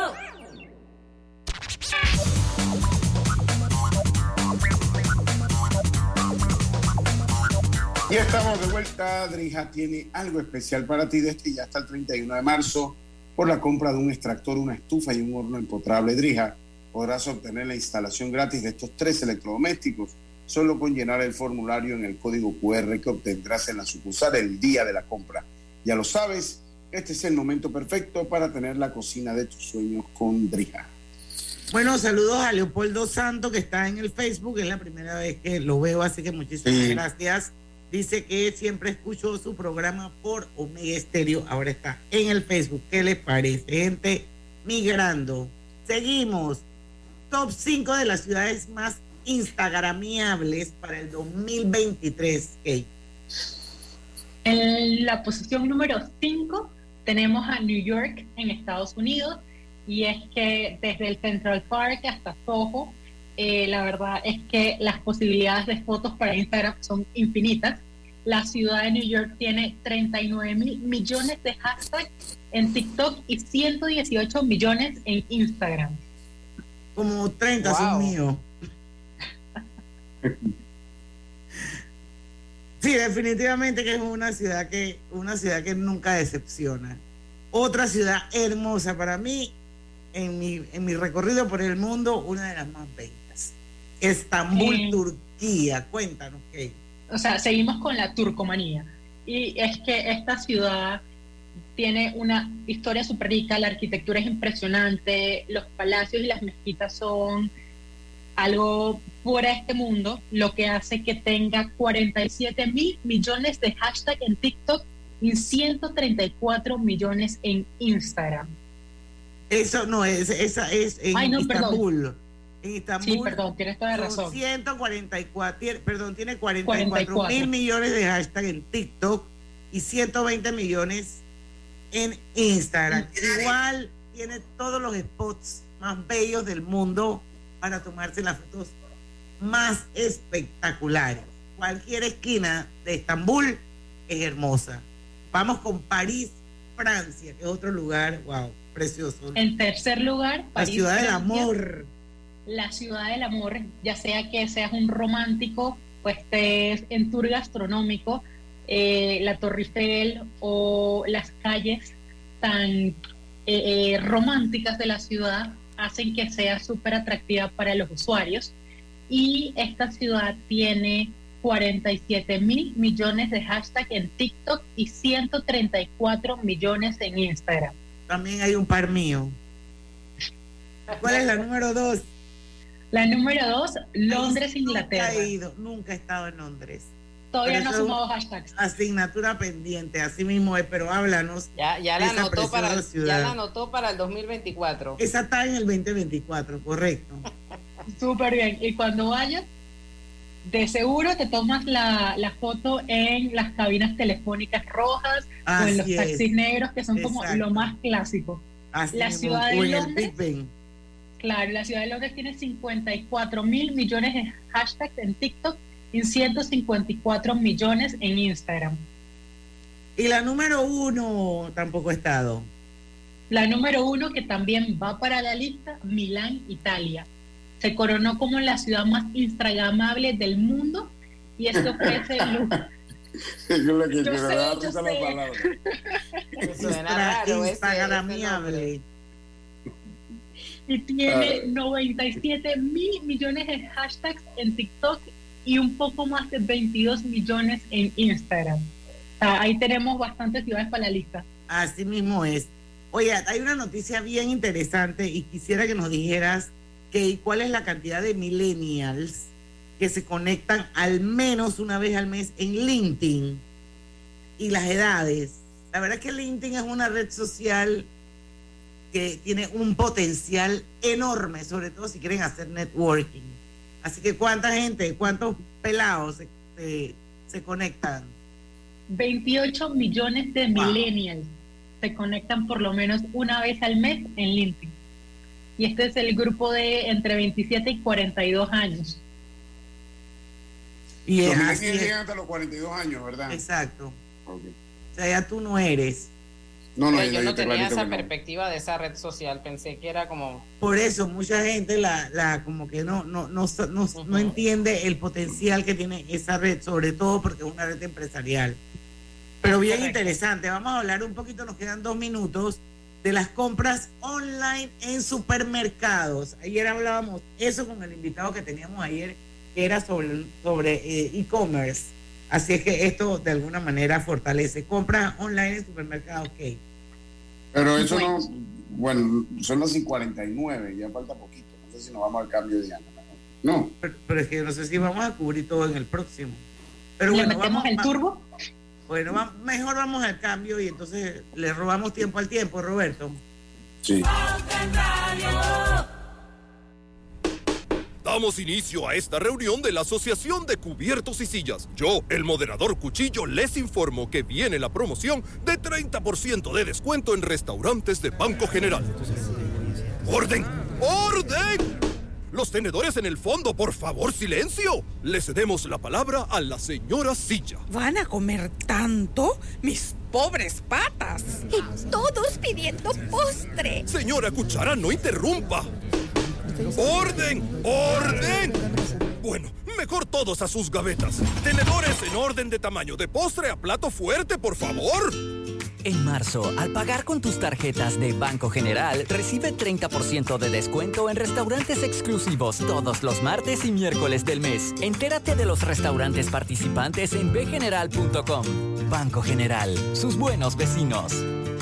Y estamos de vuelta. Drija tiene algo especial para ti desde ya hasta el 31 de marzo. Por la compra de un extractor, una estufa y un horno empotrable Drija, podrás obtener la instalación gratis de estos 3 electrodomésticos solo con llenar el formulario en el código QR que obtendrás en la sucursal el día de la compra. Ya lo sabes, este es el momento perfecto para tener la cocina de tus sueños con Drija. Bueno, saludos a Leopoldo Santo, que está en el Facebook. Es la primera vez que lo veo, así que muchísimas gracias. Dice que siempre escuchó su programa por Omega Estéreo. Ahora está en el Facebook. ¿Qué les parece? Gente migrando. Seguimos. Top 5 de las ciudades más instagramiables para el 2023. Kate. En la posición número 5 tenemos a New York en Estados Unidos. Y es que desde el Central Park hasta Soho, la verdad es que las posibilidades de fotos para Instagram son infinitas. La ciudad de New York tiene 39,000 millones de hashtags en TikTok y 118 millones en Instagram. Como 30 son míos. Sí, definitivamente que es una ciudad que nunca decepciona. Otra ciudad hermosa para mí, en mi recorrido por el mundo, una de las más bellas. Estambul, Turquía. Cuéntanos, Kate. O sea, seguimos con la turcomanía. Y es que esta ciudad tiene una historia súper rica, la arquitectura es impresionante, los palacios y las mezquitas son algo fuera de este mundo, lo que hace que tenga 47.000 millones de hashtags en TikTok y 134 millones en Instagram. Esa es en Estambul. En Estambul. Sí, perdón, tienes toda la razón. 144, tiene 44.000 millones de hashtags en TikTok y 120 millones en Instagram. Igual tiene todos los spots más bellos del mundo para tomarse las fotos más espectaculares. Cualquier esquina de Estambul es hermosa. Vamos con París, Francia, que es otro lugar, wow, precioso. En tercer lugar, París, la ciudad Francia, del amor. La ciudad del amor, ya sea que seas un romántico o estés en tour gastronómico, la Torre Eiffel o las calles tan románticas de la ciudad hacen que sea súper atractiva para los usuarios. Y esta ciudad tiene 47.000 millones de hashtags en TikTok y 134 millones en Instagram. También hay un par mío. ¿Cuál es la número 2? La número 2, Londres, Inglaterra. Nunca he estado en Londres. Todavía no ha sumado hashtags. Asignatura pendiente, así mismo es, pero háblanos. Ya la anotó para el 2024. Esa está en el 2024, correcto. Súper bien. Y cuando vayas, de seguro te tomas la foto en las cabinas telefónicas rojas o en los taxis negros, que son como lo más clásico. La ciudad de Londres. Claro, la ciudad de Londres tiene 54.000 millones de hashtags en TikTok y 154 millones en Instagram. Y la número 1 tampoco ha estado. La número 1, que también va para la lista, Milán, Italia. Se coronó como la ciudad más instagramable del mundo y esto ofrece instagramiable. Y tiene 97.000 millones de hashtags en TikTok y un poco más de 22 millones en Instagram. O sea, ahí tenemos bastantes ciudades para la lista. Así mismo es. Oye, hay una noticia bien interesante y quisiera que nos dijeras cuál es la cantidad de millennials que se conectan al menos una vez al mes en LinkedIn y las edades. La verdad es que LinkedIn es una red social que tiene un potencial enorme, sobre todo si quieren hacer networking. Así que ¿cuánta gente, cuántos pelados se conectan? 28 millones de millennials se conectan por lo menos una vez al mes en LinkedIn. Y este es el grupo de entre 27 y 42 años. Y los millennials llegan hasta los 42 años, ¿verdad? Exacto. Okay. O sea, ya tú no eres. No, yo no tenía esa perspectiva de esa red social, pensé que era como... Por eso mucha gente como que no entiende el potencial que tiene esa red, sobre todo porque es una red empresarial. Pero bien interesante. Vamos a hablar un poquito, nos quedan 2 minutos, de las compras online en supermercados. Ayer hablábamos eso con el invitado que teníamos ayer, que era sobre e-commerce. Así es que esto de alguna manera fortalece. Compras online en supermercados, ok. Pero eso son las 5:49, ya falta poquito. No sé si nos vamos al cambio de año. No. Pero es que no sé si vamos a cubrir todo en el próximo. Pero ¿le metemos el turbo? Bueno, mejor vamos al cambio y entonces le robamos tiempo al tiempo, Roberto. Sí. Damos inicio a esta reunión de la Asociación de Cubiertos y Sillas. Yo, el moderador Cuchillo, les informo que viene la promoción de 30% de descuento en restaurantes de Banco General. ¡Orden! ¡Orden! Los tenedores en el fondo, por favor, silencio. Le cedemos la palabra a la señora Silla. ¿Van a comer tanto? ¡Mis pobres patas! Y todos pidiendo postre. Señora Cuchara, no interrumpa. ¡Orden! ¡Orden! Bueno, mejor todos a sus gavetas. Tenedores en orden de tamaño, de postre a plato fuerte, por favor. En marzo, al pagar con tus tarjetas de Banco General, recibe 30% de descuento en restaurantes exclusivos todos los martes y miércoles del mes. Entérate de los restaurantes participantes en bgeneral.com. Banco General, sus buenos vecinos.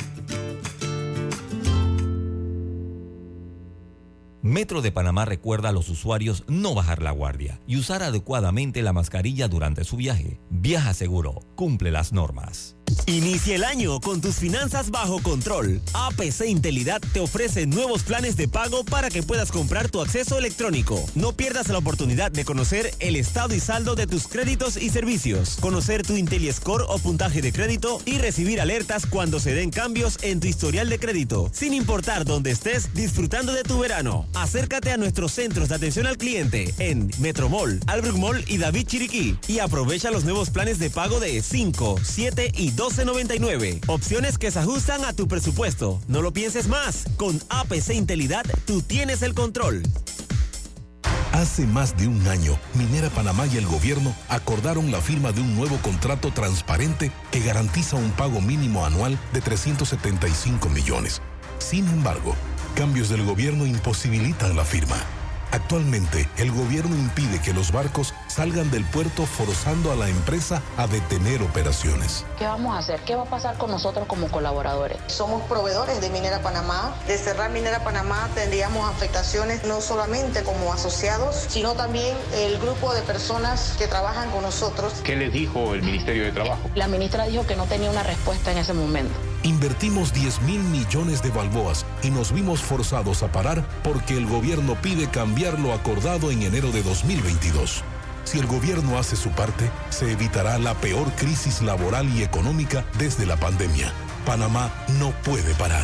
Metro de Panamá recuerda a los usuarios no bajar la guardia y usar adecuadamente la mascarilla durante su viaje. Viaja seguro, cumple las normas. Inicia el año con tus finanzas bajo control. APC Intelidad te ofrece nuevos planes de pago para que puedas comprar tu acceso electrónico. No pierdas la oportunidad de conocer el estado y saldo de tus créditos y servicios, conocer tu IntelliScore o puntaje de crédito y recibir alertas cuando se den cambios en tu historial de crédito. Sin importar dónde estés disfrutando de tu verano, acércate a nuestros centros de atención al cliente en Metromall, Albrook Mall y David Chiriquí y aprovecha los nuevos planes de pago de 5, 7 y 12.99. Opciones que se ajustan a tu presupuesto. No lo pienses más. Con APC Intelidad, tú tienes el control. Hace más de un año, Minera Panamá y el gobierno acordaron la firma de un nuevo contrato transparente que garantiza un pago mínimo anual de 375 millones. Sin embargo, cambios del gobierno imposibilitan la firma. Actualmente, el gobierno impide que los barcos salgan del puerto, forzando a la empresa a detener operaciones. ¿Qué vamos a hacer? ¿Qué va a pasar con nosotros como colaboradores? Somos proveedores de Minera Panamá. De cerrar Minera Panamá tendríamos afectaciones no solamente como asociados, sino también el grupo de personas que trabajan con nosotros. ¿Qué les dijo el Ministerio de Trabajo? La ministra dijo que no tenía una respuesta en ese momento. Invertimos 10.000 millones de balboas y nos vimos forzados a parar porque el gobierno pide cambiar lo acordado en enero de 2022. Si el gobierno hace su parte, se evitará la peor crisis laboral y económica desde la pandemia. Panamá no puede parar.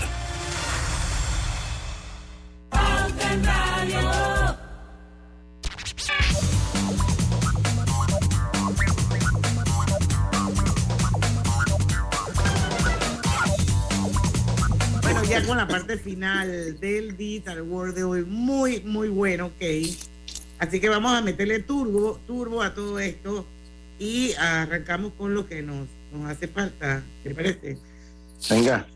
Bueno, ya con la parte final del Digital World de hoy, muy, muy bueno, ok. Así que vamos a meterle turbo a todo esto y arrancamos con lo que nos hace falta. ¿Qué te parece? Venga.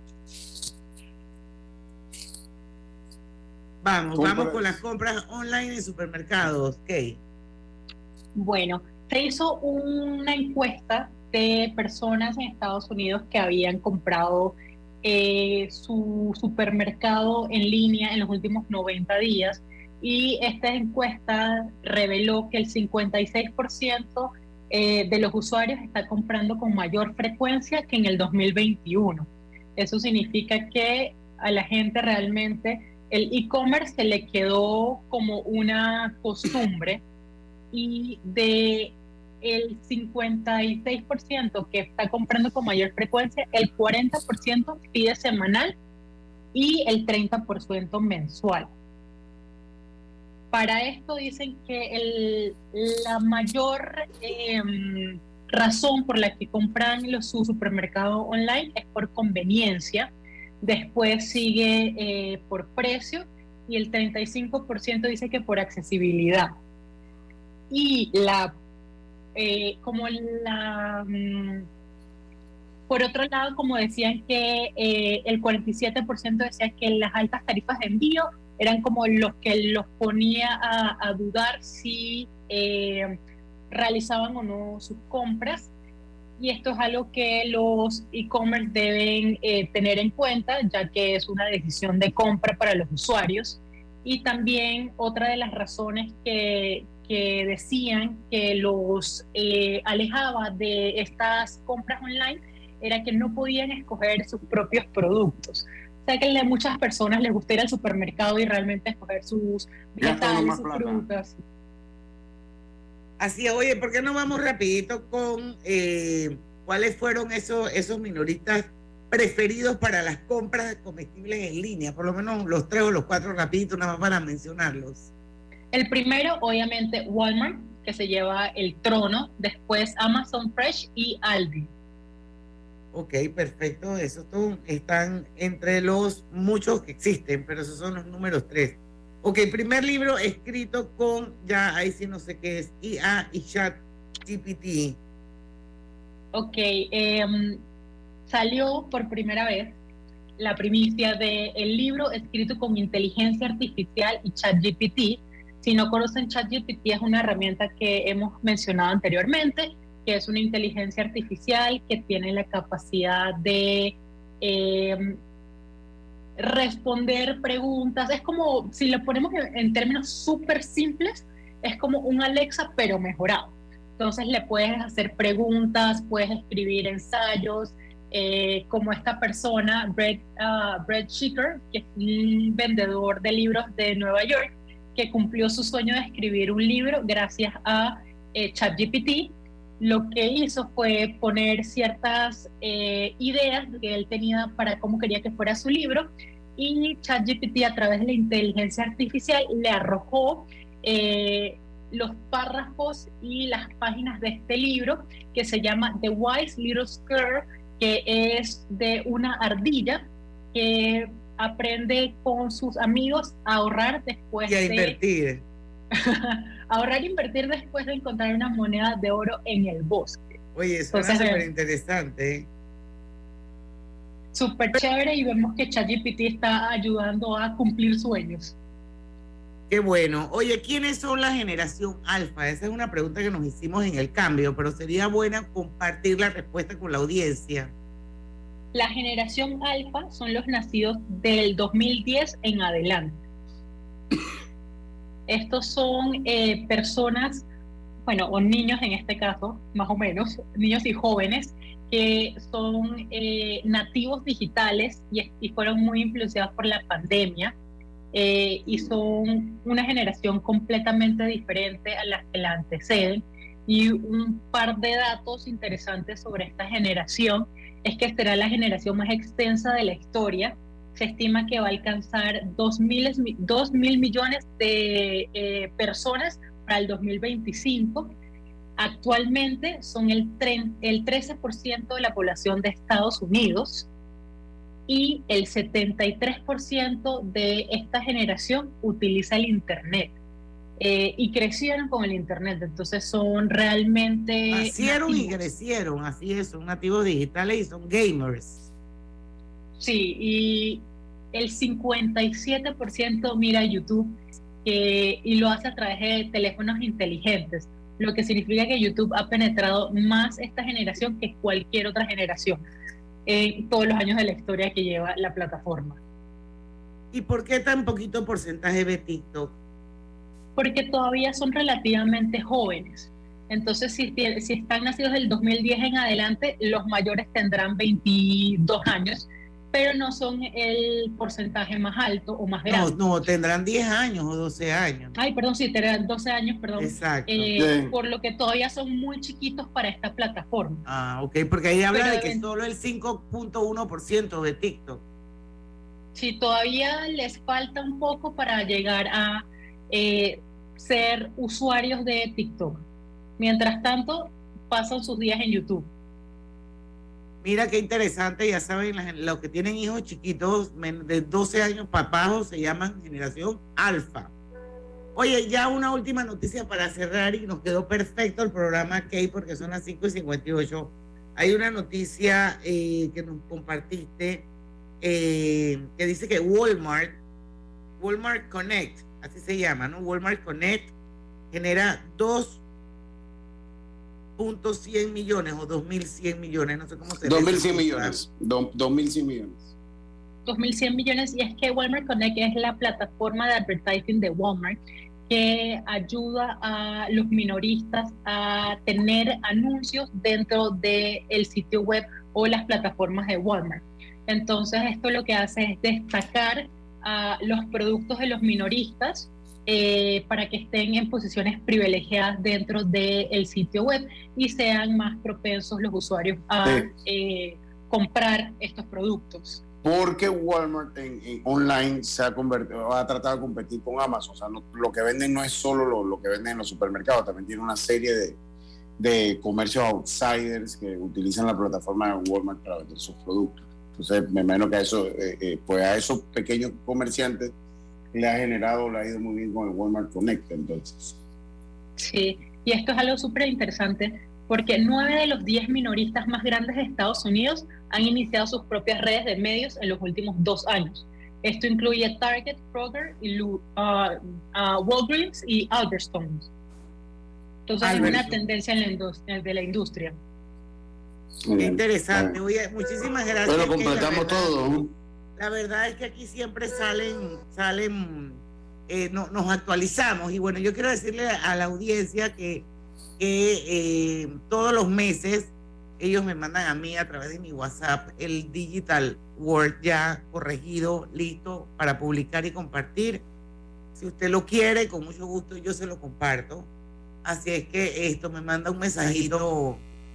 Vamos con las compras online en supermercados. Ok. Bueno, se hizo una encuesta de personas en Estados Unidos que habían comprado su supermercado en línea en los últimos 90 días. Y esta encuesta reveló que el 56% de los usuarios está comprando con mayor frecuencia que en el 2021. Eso significa que a la gente realmente el e-commerce se le quedó como una costumbre, y de el 56% que está comprando con mayor frecuencia, el 40% pide semanal y el 30% mensual. Para esto dicen que la mayor razón por la que compran su supermercado online es por conveniencia, después sigue por precio y el 35% dice que por accesibilidad. Y por otro lado, como decían que el 47% decía que las altas tarifas de envío eran como los que los ponía a dudar si realizaban o no sus compras. Y esto es algo que los e-commerce deben tener en cuenta, ya que es una decisión de compra para los usuarios. Y también otra de las razones que decían que los alejaba de estas compras online era que no podían escoger sus propios productos. O sea, que a muchas personas les gusta ir al supermercado y realmente escoger sus vegetales, sus frutas. Así es. Oye, ¿por qué no vamos rapidito con cuáles fueron esos minoristas preferidos para las compras de comestibles en línea? Por lo menos los 3 o los 4 rapidito, nada más para mencionarlos. El primero, obviamente, Walmart, que se lleva el trono. Después Amazon Fresh y Aldi. Ok, perfecto. Esos están entre los muchos que existen, pero esos son los números 3. Ok, primer libro escrito con, ya ahí sí no sé qué es, IA y ChatGPT. Ok, salió por primera vez la primicia del libro escrito con inteligencia artificial y ChatGPT. Si no conocen ChatGPT, es una herramienta que hemos mencionado anteriormente, que es una inteligencia artificial que tiene la capacidad de responder preguntas. Es como, si lo ponemos en términos súper simples, es como un Alexa, pero mejorado. Entonces le puedes hacer preguntas, puedes escribir ensayos, como esta persona, Brett Schicker, que es un vendedor de libros de Nueva York, que cumplió su sueño de escribir un libro gracias a ChatGPT. Lo que hizo fue poner ciertas ideas que él tenía para cómo quería que fuera su libro, y ChatGPT, a través de la inteligencia artificial, le arrojó los párrafos y las páginas de este libro, que se llama The Wise Little Squirrel, que es de una ardilla que aprende con sus amigos a ahorrar después y a invertir. Ahorrar e invertir después de encontrar una moneda de oro en el bosque. Oye, eso es súper interesante. Súper chévere, y vemos que ChatGPT está ayudando a cumplir sueños. Qué bueno. Oye, ¿quiénes son la generación alfa? Esa es una pregunta que nos hicimos en el cambio, pero sería buena compartir la respuesta con la audiencia. La generación alfa son los nacidos del 2010 en adelante. Estos son personas, bueno, o niños en este caso, más o menos, niños y jóvenes, que son nativos digitales y fueron muy influenciados por la pandemia. Y son una generación completamente diferente a las que la anteceden. Y un par de datos interesantes sobre esta generación es que será la generación más extensa de la historia. Se estima que va a alcanzar 2.000 millones de personas para el 2025. Actualmente son el 13% de la población de Estados Unidos, y el 73% de esta generación utiliza el Internet. Y crecieron con el Internet, entonces son realmente nacieron nativos. Y crecieron, así es, son nativos digitales y son gamers. Sí, y el 57% mira YouTube y lo hace a través de teléfonos inteligentes, lo que significa que YouTube ha penetrado más esta generación que cualquier otra generación en todos los años de la historia que lleva la plataforma. ¿Y por qué tan poquito porcentaje de TikTok? Porque todavía son relativamente jóvenes. Entonces, si están nacidos del 2010 en adelante, los mayores tendrán 22 años, pero no son el porcentaje más alto o más grande. No, tendrán 10 años o 12 años. Ay, perdón, sí, tendrán 12 años, perdón. Exacto. Por lo que todavía son muy chiquitos para esta plataforma. Ah, ok, porque ahí habla de que solo el 5.1% de TikTok. Sí, todavía les falta un poco para llegar a ser usuarios de TikTok. Mientras tanto, pasan sus días en YouTube. Mira qué interesante, ya saben, los que tienen hijos chiquitos de 12 años para abajo se llaman generación alfa. Oye, ya una última noticia para cerrar, y nos quedó perfecto el programa, Kay, porque son las 5:58. Hay una noticia que nos compartiste que dice que Walmart Connect, así se llama, ¿no? Walmart Connect genera 2.100 millones o 2.100 millones, no sé cómo se 2.100 millones. 2.100 millones. 2.100 millones, y es que Walmart Connect es la plataforma de advertising de Walmart que ayuda a los minoristas a tener anuncios dentro del sitio web o las plataformas de Walmart. Entonces, esto lo que hace es destacar a los productos de los minoristas para que estén en posiciones privilegiadas dentro del sitio web y sean más propensos los usuarios a comprar estos productos. Porque Walmart en online ha tratado de competir con Amazon. O sea, lo que venden no es solo lo que venden en los supermercados, también tiene una serie de comercios outsiders que utilizan la plataforma de Walmart para vender sus productos. Entonces, me imagino que pues a esos pequeños comerciantes le ha ido muy bien con el Walmart Connect, entonces. Sí, y esto es algo súper interesante porque 9 de los 10 minoristas más grandes de Estados Unidos han iniciado sus propias redes de medios en los últimos 2 años. Esto incluye Target, Kroger, y Walgreens y Albertsons. Entonces hay una tendencia de la industria. Qué interesante. Oye, muchísimas gracias. Pero completamos todo. La verdad es que aquí siempre nos actualizamos. Y bueno, yo quiero decirle a la audiencia que todos los meses ellos me mandan a mí a través de mi WhatsApp el Digital Word ya corregido, listo para publicar y compartir. Si usted lo quiere, con mucho gusto yo se lo comparto. Así es que esto me manda un mensajito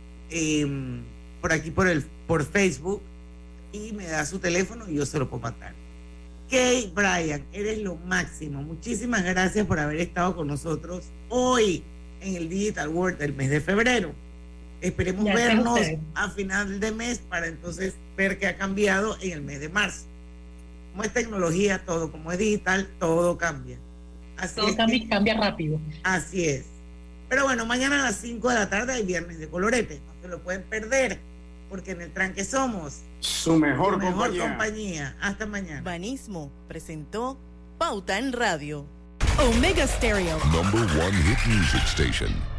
por aquí por Facebook y me da su teléfono y yo se lo puedo mandar. Kay Bryan, eres lo máximo. Muchísimas gracias por haber estado con nosotros hoy en el Digital World del mes de febrero. Esperemos vernos a final de mes para entonces ver qué ha cambiado en el mes de marzo. Como es tecnología, todo, como es digital, todo cambia. Todo cambia rápido. Así es. Pero bueno, mañana a las 5 de la tarde hay Viernes de Colorete. No se lo pueden perder, porque en el tranque somos su mejor compañía. Hasta mañana. Banismo presentó Pauta en Radio. Omega Stereo. #1 Hit Music Station.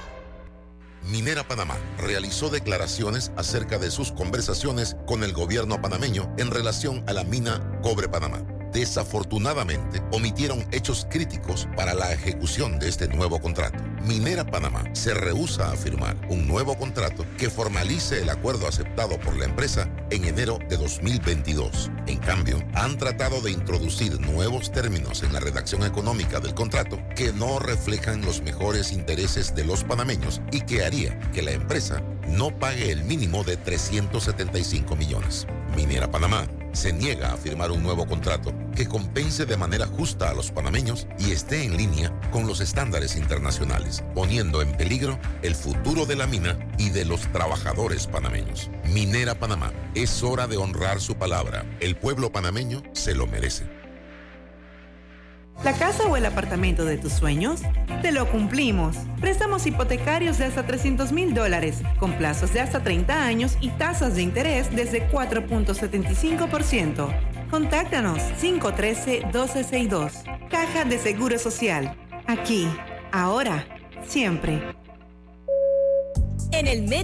Minera Panamá realizó declaraciones acerca de sus conversaciones con el gobierno panameño en relación a la mina Cobre Panamá. Desafortunadamente, omitieron hechos críticos para la ejecución de este nuevo contrato. Minera Panamá se rehúsa a firmar un nuevo contrato que formalice el acuerdo aceptado por la empresa en enero de 2022. En cambio, han tratado de introducir nuevos términos en la redacción económica del contrato que no reflejan los mejores intereses de los panameños y que haría que la empresa no pague el mínimo de 375 millones. Minera Panamá se niega a firmar un nuevo contrato que compense de manera justa a los panameños y esté en línea con los estándares internacionales, poniendo en peligro el futuro de la mina y de los trabajadores panameños. Minera Panamá, es hora de honrar su palabra. El pueblo panameño se lo merece. ¿La casa o el apartamento de tus sueños? Te lo cumplimos. Préstamos hipotecarios de hasta $300,000, con plazos de hasta 30 años y tasas de interés desde 4.75%. Contáctanos 513-1262. Caja de Seguro Social. Aquí, ahora, siempre. En el